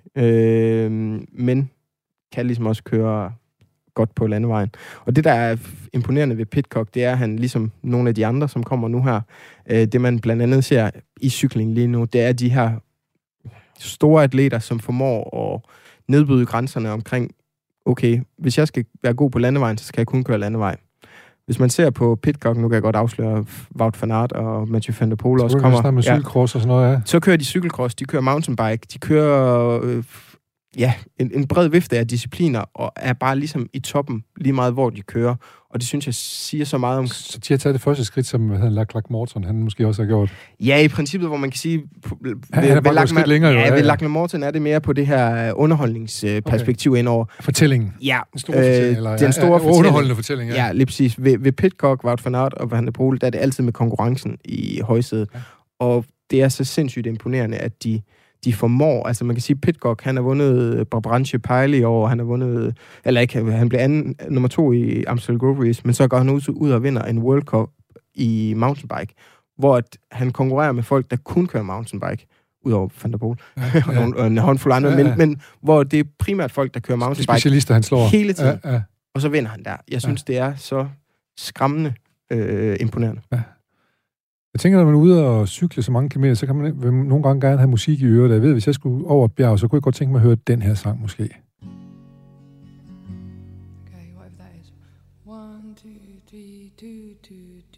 men kan ligesom også køre godt på landevejen. Og det, der er imponerende ved Pidcock, det er, at han ligesom nogle af de andre, som kommer nu her, det man blandt andet ser i cykling lige nu, det er de her store atleter, som formår at nedbryde grænserne omkring, okay, hvis jeg skal være god på landevejen, så skal jeg kun køre landevej. Hvis man ser på Pidcock, nu kan jeg godt afsløre, Wout van Aert og Mathieu van der Poel også kommer. Med cykelcross og sådan noget, ja. Så kører de cykelcross, de kører mountainbike, de kører en bred vifte af discipliner, og er bare ligesom i toppen, lige meget hvor de kører. Og det synes jeg siger så meget om... Så de har taget det første skridt, som Lachlan Morton, han måske også har gjort. Ja, i princippet, hvor man kan sige... Han er bare skridt længere, ja, ved Lachlan Morton er det mere på det her underholdningsperspektiv indover. Fortællingen. Ja. Den store fortælling. Eller, den store underholdende fortælling, ja. Ja, lige præcis. Ved Pidcock, Wout van Aert og Van der Poel, der er det altid med konkurrencen i højsædet. Ja. Og det er så sindssygt imponerende, at de formår, altså man kan sige, Pidcock, han har vundet Brabantse Pijl i år, han har vundet, eller ikke, han blev nummer 2 i Amstel Gold Race, men så går han ud og vinder en World Cup i mountainbike, hvor han konkurrerer med folk, der kun kører mountainbike, udover Van der Poel, og en håndfuld andre, men hvor det er primært folk, der kører mountainbike. De specialister, han slår. Hele tiden. Ja. Og så vinder han der. Jeg synes, det er så skræmmende imponerende. Ja. Jeg tænker, når man er ude og cykle så mange kilometer, så kan man nogle gange gerne have musik i øret. Jeg ved, hvis jeg skulle over et bjerg, så kunne jeg godt tænke mig at høre den her sang måske. Okay, whatever that is. 1, 2, 3, 2,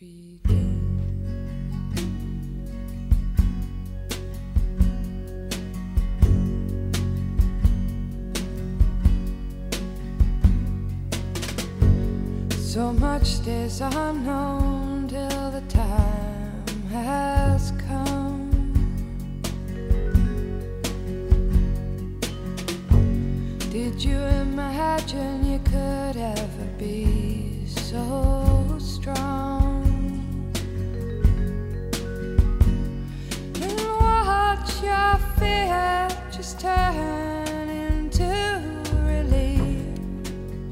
2, 3. So much is unknown till the time has come. Did you imagine you could ever be so strong and watch your fear just turn into relief?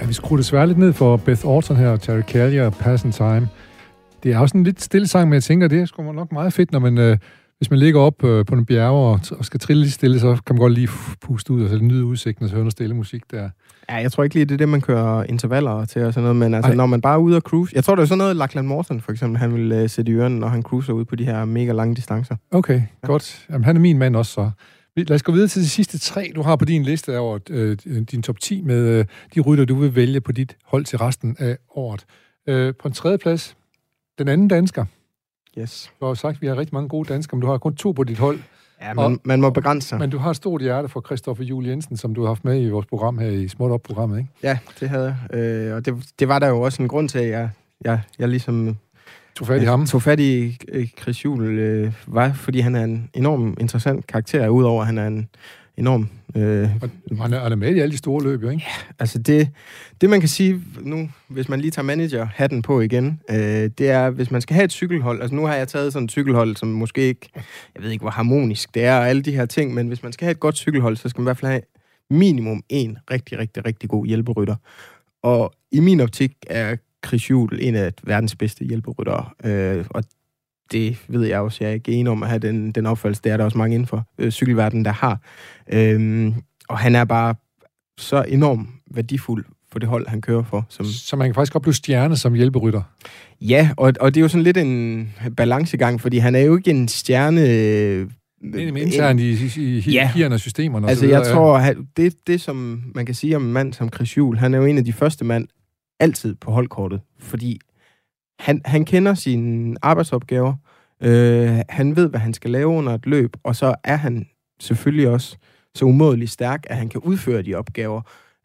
vi skruer desværre lidt ned for Beth Orton her, og Terry Callier og Passion Time. Det er også en lidt stille sang, men jeg tænker, det er sgu nok meget fedt, når man, hvis man ligger op på en bjerge og skal trille lidt stille, så kan man godt lige puste ud og så nyde udsigten og så høre noget stille musik der. Ja, jeg tror ikke lige, det er det, man kører intervaller til og sådan noget, men altså, når man bare er ude og cruise... Jeg tror, det er sådan noget, Lachlan Morton for eksempel, han vil sætte i ørerne, når han cruiser ud på de her mega lange distancer. Okay, godt. Jamen, han er min mand også, så. Lad os gå videre til de sidste 3, du har på din liste over din top 10 med de rytter, du vil vælge på dit hold til resten af året. På en 3. plads, den anden dansker. Yes. Du har jo sagt, at vi har rigtig mange gode danskere, men du har kun 2 på dit hold. Ja, man må begrænse sig. Men du har et stort hjerte for Christoffer Juhl Jensen, som du har haft med i vores program her i Småt Op-programmet, ikke? Ja, det havde jeg. Og det var der jo også en grund til, at jeg ligesom... Tog fat i ham? Tog fat i Chris Juhl, fordi han er en enorm interessant karakter, udover at han er en enorm... Han er med i alle de store løb, jo, ikke? Ja, altså det man kan sige nu, hvis man lige tager manager-hatten på igen, det er, hvis man skal have et cykelhold, altså nu har jeg taget sådan et cykelhold, som måske ikke, jeg ved ikke, hvor harmonisk det er, og alle de her ting, men hvis man skal have et godt cykelhold, så skal man i hvert fald have minimum en rigtig, rigtig, rigtig god hjælperytter. Og i min optik er Chris Juhl en af verdens bedste hjælperyttere, og det ved jeg også, jeg er ikke enig om at have den opfattelse. Det er der også mange inden for cykelverdenen, der har. Og han er bare så enormt værdifuld for det hold, han kører for. Så man kan faktisk godt blive stjerne som hjælperytter? Ja, og det er jo sådan lidt en balancegang, fordi han er jo ikke en stjerne... internt i hierarkierne og systemerne. Altså, jeg tror, det som man kan sige om en mand som Chris Juhl, han er jo en af de første mand altid på holdkortet, fordi han kender sine arbejdsopgaver, han ved, hvad han skal lave under et løb, og så er han selvfølgelig også så umådeligt stærk, at han kan udføre de opgaver.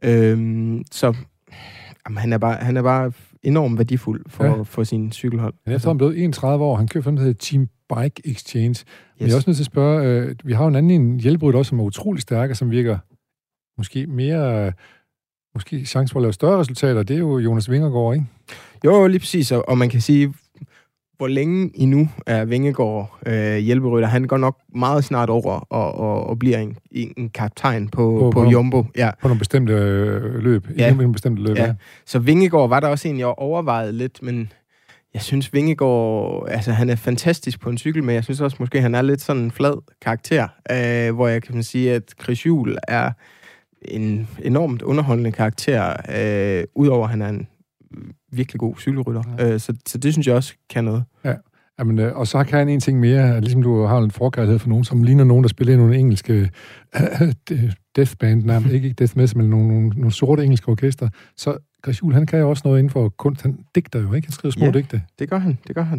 Han er bare enormt værdifuld for sin cykelhold. Han er efterhånden blevet 31 år, han kører for noget, der hedder Team Bike Exchange. Yes. Men jeg er også nødt til at spørge, vi har jo en anden hjælperytter også, som er utrolig stærk, og som virker måske mere... Måske chance for at lave større resultater, det er jo Jonas Vingegaard, ikke? Jo, lige præcis, og man kan sige, hvor længe endnu er Vingegaard hjælperytter. Han går nok meget snart over og bliver en kaptajn på Jumbo. Ja. På nogle bestemte løb. Ja. Nogle bestemte løb, ja. Så Vingegaard var der også en, jeg overvejede lidt, men jeg synes Vingegaard, altså han er fantastisk på en cykel, men jeg synes også måske, han er lidt sådan en flad karakter, hvor jeg kan sige, at Chris Juhl er en enormt underholdende karakter, udover at han er en virkelig god cykelrytter. Ja. Så det synes jeg også kan noget. Ja. Jamen, og så kan han en ting mere, ligesom du har en forkærlighed for nogen, som ligner nogen, der spiller i nogle engelske deathband, nærmest ikke death metal, men nogle sorte engelske orkester. Så Chris Juhl, han kan jo også noget inden for kunst. Han digter jo, ikke? Han skriver små digte. Det gør han.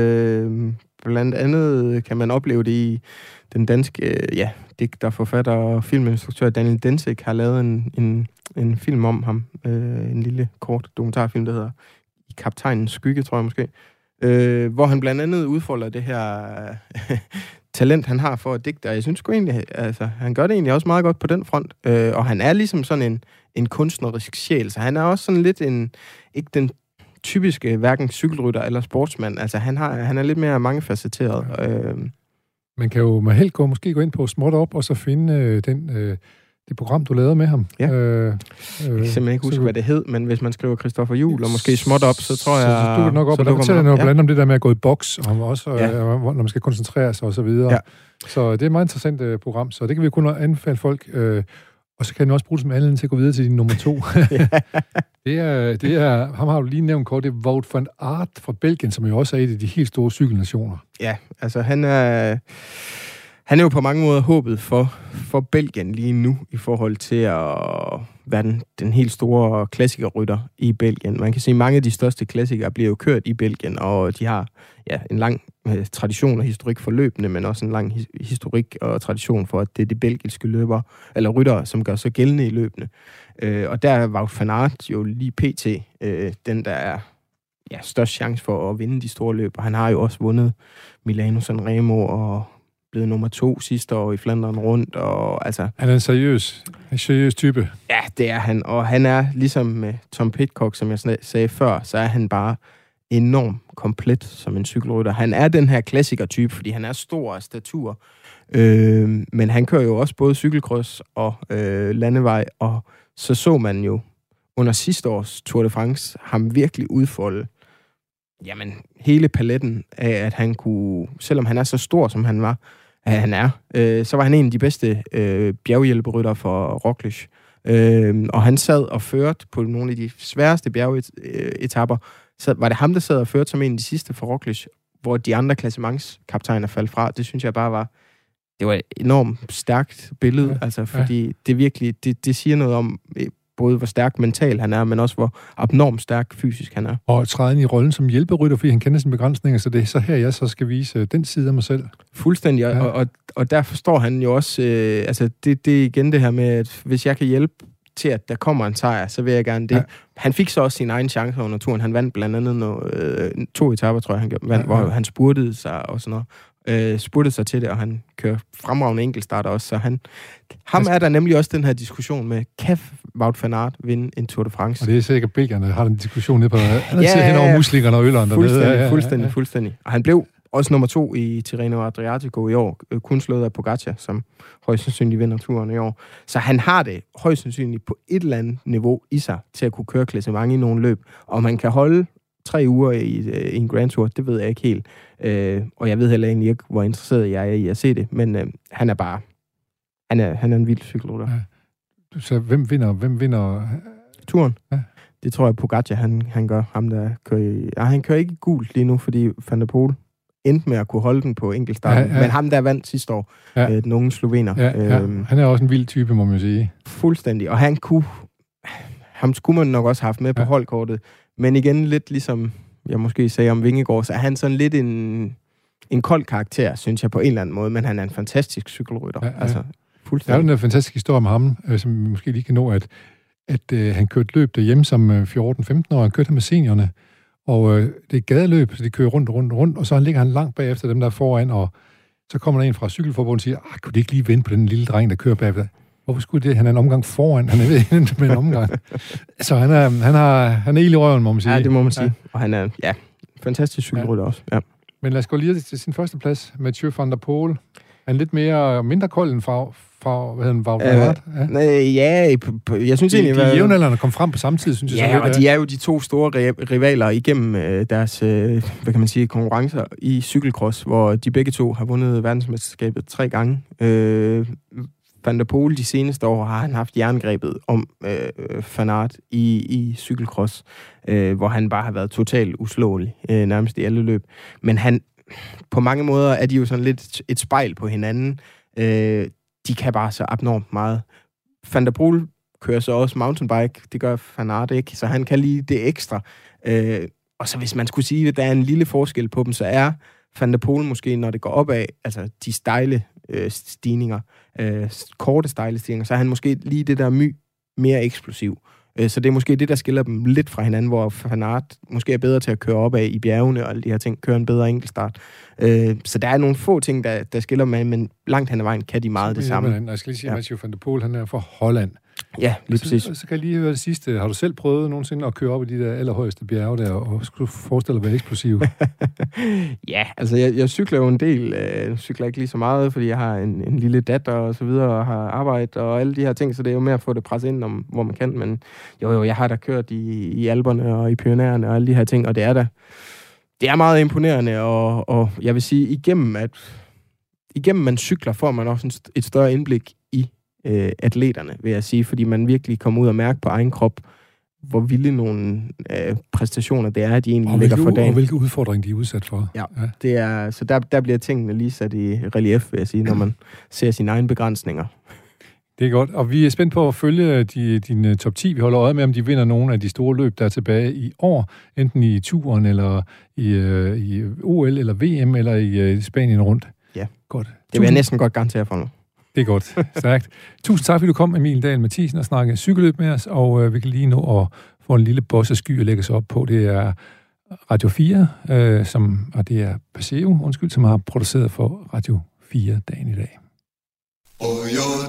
Blandt andet kan man opleve det i den danske digter, forfatter og filminstruktør Daniel Densik har lavet en film om ham. En lille kort dokumentarfilm, der hedder I Kaptajnens Skygge, tror jeg måske. Hvor han blandt andet udfolder det her talent, han har for at digte. Og jeg synes sgu egentlig, altså, han gør det egentlig også meget godt på den front. Og han er ligesom sådan en kunstnerisk sjæl, så han er også sådan lidt ikke den typiske hverken cykelrytter eller sportsmand. Altså, han er lidt mere mangefacetteret. Man kan jo med held måske gå ind på Småt Op, og så finde det program, du lavede med ham. Ja. Jeg kan simpelthen ikke huske, hvad det hed, men hvis man skriver Christoffer Juhl, og måske Småt Op, så tror jeg... Så du nok op, og der fortæller noget blandt andet om det der med at gå i boks, og også når man skal koncentrere sig og så videre. Ja. Så det er et meget interessant program, så det kan vi kun anbefale folk. Og så kan den også bruge som anledning til at gå videre til din nummer 2. det er, ham har du lige nævnt kort, det er Wout van Aert fra Belgien, som jo også er et af de helt store cykelnationer. Ja, altså han er jo på mange måder håbet for Belgien lige nu, i forhold til at være den helt store klassikerrytter i Belgien. Man kan sige, at mange af de største klassikere bliver jo kørt i Belgien, og de har en lang tradition og historik for løbende, men også en lang historik og tradition for, at det er de belgiske ryttere, som gør sig gældende i løbende. Og der er Wout van Aert jo lige pt. Den, der er størst chance for at vinde de store løb. Og han har jo også vundet Milano Sanremo og blevet nummer 2 sidste år i Flandern rundt. Og, altså, han er en seriøs type. Ja, det er han. Og han er ligesom med Tom Pidcock, som jeg sagde før, så er han bare enormt komplet som en cykelrytter. Han er den her klassiker-type, fordi han er stor af statur. Men han kører jo også både cykelkryds og landevej, og så man jo under sidste års Tour de France ham virkelig udfolde hele paletten af, at han kunne, selvom han er så stor, som han var, så var han en af de bedste bjerghjælperytter for Roglic. Og han sad og førte på nogle af de sværeste bjergetapper. Så var det ham, der sad og førte som en af de sidste for Roglic, hvor de andre klassementskaptajner faldt fra. Det synes jeg bare var et enormt stærkt billede, fordi det virkelig, det siger noget om både hvor stærk mental han er, men også hvor abnormt stærk fysisk han er. Og træde ind i rollen som hjælperytter, fordi han kender sine begrænsninger, så det er så her, jeg så skal vise den side af mig selv. Fuldstændig, og der forstår han jo også, det er igen det her med, at hvis jeg kan hjælpe til, at der kommer en sejr, så vil jeg gerne det. Ja. Han fik så også sin egen chance under turen. Han vandt blandt andet 2 etaper, tror jeg, han vandt, hvor han spurtede sig og sådan noget. Spurtede sig til det, og han kører fremragende enkeltstarter også, så ham er der nemlig også den her diskussion med, kan Wout van Aert vinde en Tour de France? Og det er sikkert belgierne, der har den diskussion nede på anden side hen over muslingerne og ølerne dernede. Fuldstændig. Og han blev også nummer 2 i Tirreno Adriatico i år, kun slået af Pogacar, som højst sandsynligt vinder turen i år. Så han har det højst sandsynligt på et eller andet niveau i sig, til at kunne køre klassement i nogle løb. Og man kan holde 3 uger i en Grand Tour, det ved jeg ikke helt. Og jeg ved heller egentlig ikke, hvor interesseret jeg er i at se det, men han er bare... Han er en vild cykelrytter. Ja. Så hvem vinder turen? Ja. Det tror jeg, Pogacar, han gør. Ham, der kører han kører ikke gult lige nu, fordi Van der Poel endte med at kunne holde den på enkeltstarten. Men ham, der vandt sidste år, den unge slovener. Han er også en vild type, må man sige. Fuldstændig. Og ham skulle man nok også have haft med på holdkortet. Men igen, lidt ligesom jeg måske sagde om Vingegaard, så er han sådan lidt en kold karakter, synes jeg på en eller anden måde, men han er en fantastisk cykelrytter. Der er jo en fantastisk historie med ham, som vi måske lige kan nå, at han kørte løb derhjemme som 14-15 år. Han kørte ham med seniorerne, og det er et gadeløb, så de kører rundt, og så ligger han langt bagefter dem, der er foran, og så kommer der en fra cykelforbundet og siger, kunne de ikke lige vente på den lille dreng, der kører bagefter? Hvorfor skulle det? Han er en omgang foran. Han er ved med en omgang. Så han er ild i røven, må man sige. Ja, det må man sige. Og han er, fantastisk cykelrytter også. Ja. Men lad os gå lige til sin første plads. Mathieu van der Poel. Han er mindre kold end hvad hedder Wout van Aert? Jeg synes egentlig... De jævnaldrende kom frem på samme tid, synes jeg. Ja, og de er jo de 2 store rivaler igennem deres, hvad kan man sige, konkurrencer i cykelcross, hvor de begge 2 har vundet verdensmesterskabet 3 gange. Van der Poel de seneste år har han haft jerngrebet om Van Aert i cykelcross, hvor han bare har været totalt uslåelig, nærmest i alle løb. Men på mange måder er de jo sådan lidt et spejl på hinanden. De kan bare så abnormt meget. Van der Poel kører så også mountainbike, det gør Van Aert ikke, så han kan lige det ekstra. Og så hvis man skulle sige, at der er en lille forskel på dem, så er Van der Poel måske, når det går opad, altså de stejle stigninger, korte stejle stigninger, så er han måske lige det der mere eksplosiv. Så det er måske det, der skiller dem lidt fra hinanden, hvor Van Aert måske er bedre til at køre opad i bjergene og alle de her ting, køre en bedre enkeltstart. Så der er nogle få ting, der skiller med, men langt hen ad vejen kan de meget det samme. Jeg skal lige sige, at Mathieu van der Poel, han er fra Holland. Ja, lige præcis. Så kan jeg lige høre det sidste. Har du selv prøvet nogensinde at køre op i de der allerhøjeste bjerge der, og skulle du forestille dig at være eksplosiv? Ja, altså jeg cykler jo en del. Jeg cykler ikke lige så meget, fordi jeg har en lille datter og så videre, og har arbejde og alle de her ting, så det er jo med at få det presset ind, hvor man kan. Men jo, jeg har da kørt i Alperne og i Pyrenæerne og alle de her ting, og det er meget imponerende, og jeg vil sige, igennem man cykler, får man også et større indblik i atleterne, vil jeg sige, fordi man virkelig kommer ud og mærke på egen krop, hvor vilde nogle præstationer det er, at de egentlig lægger for dagen. Og hvilke udfordringer de er udsat for. Ja. Det er, så der bliver tingene lige sat i relief, vil jeg sige, når man ser sine egne begrænsninger. Det er godt, og vi er spændt på at følge dine top 10. Vi holder øje med, om de vinder nogle af de store løb, der er tilbage i år, enten i turen, eller i OL, eller VM, eller i Spanien rundt. Ja, godt. Det vil jeg næsten godt garantere for nu. Det er godt. Stærkt. Tusind tak, fordi du kom, Emil Dahl Mathisen, og snakke cykelløb med os, og vi kan lige nå at få en lille boss af sky at lægge sig op på. Det er Radio 4, og det er Paseo, som har produceret for Radio 4 dagen i dag.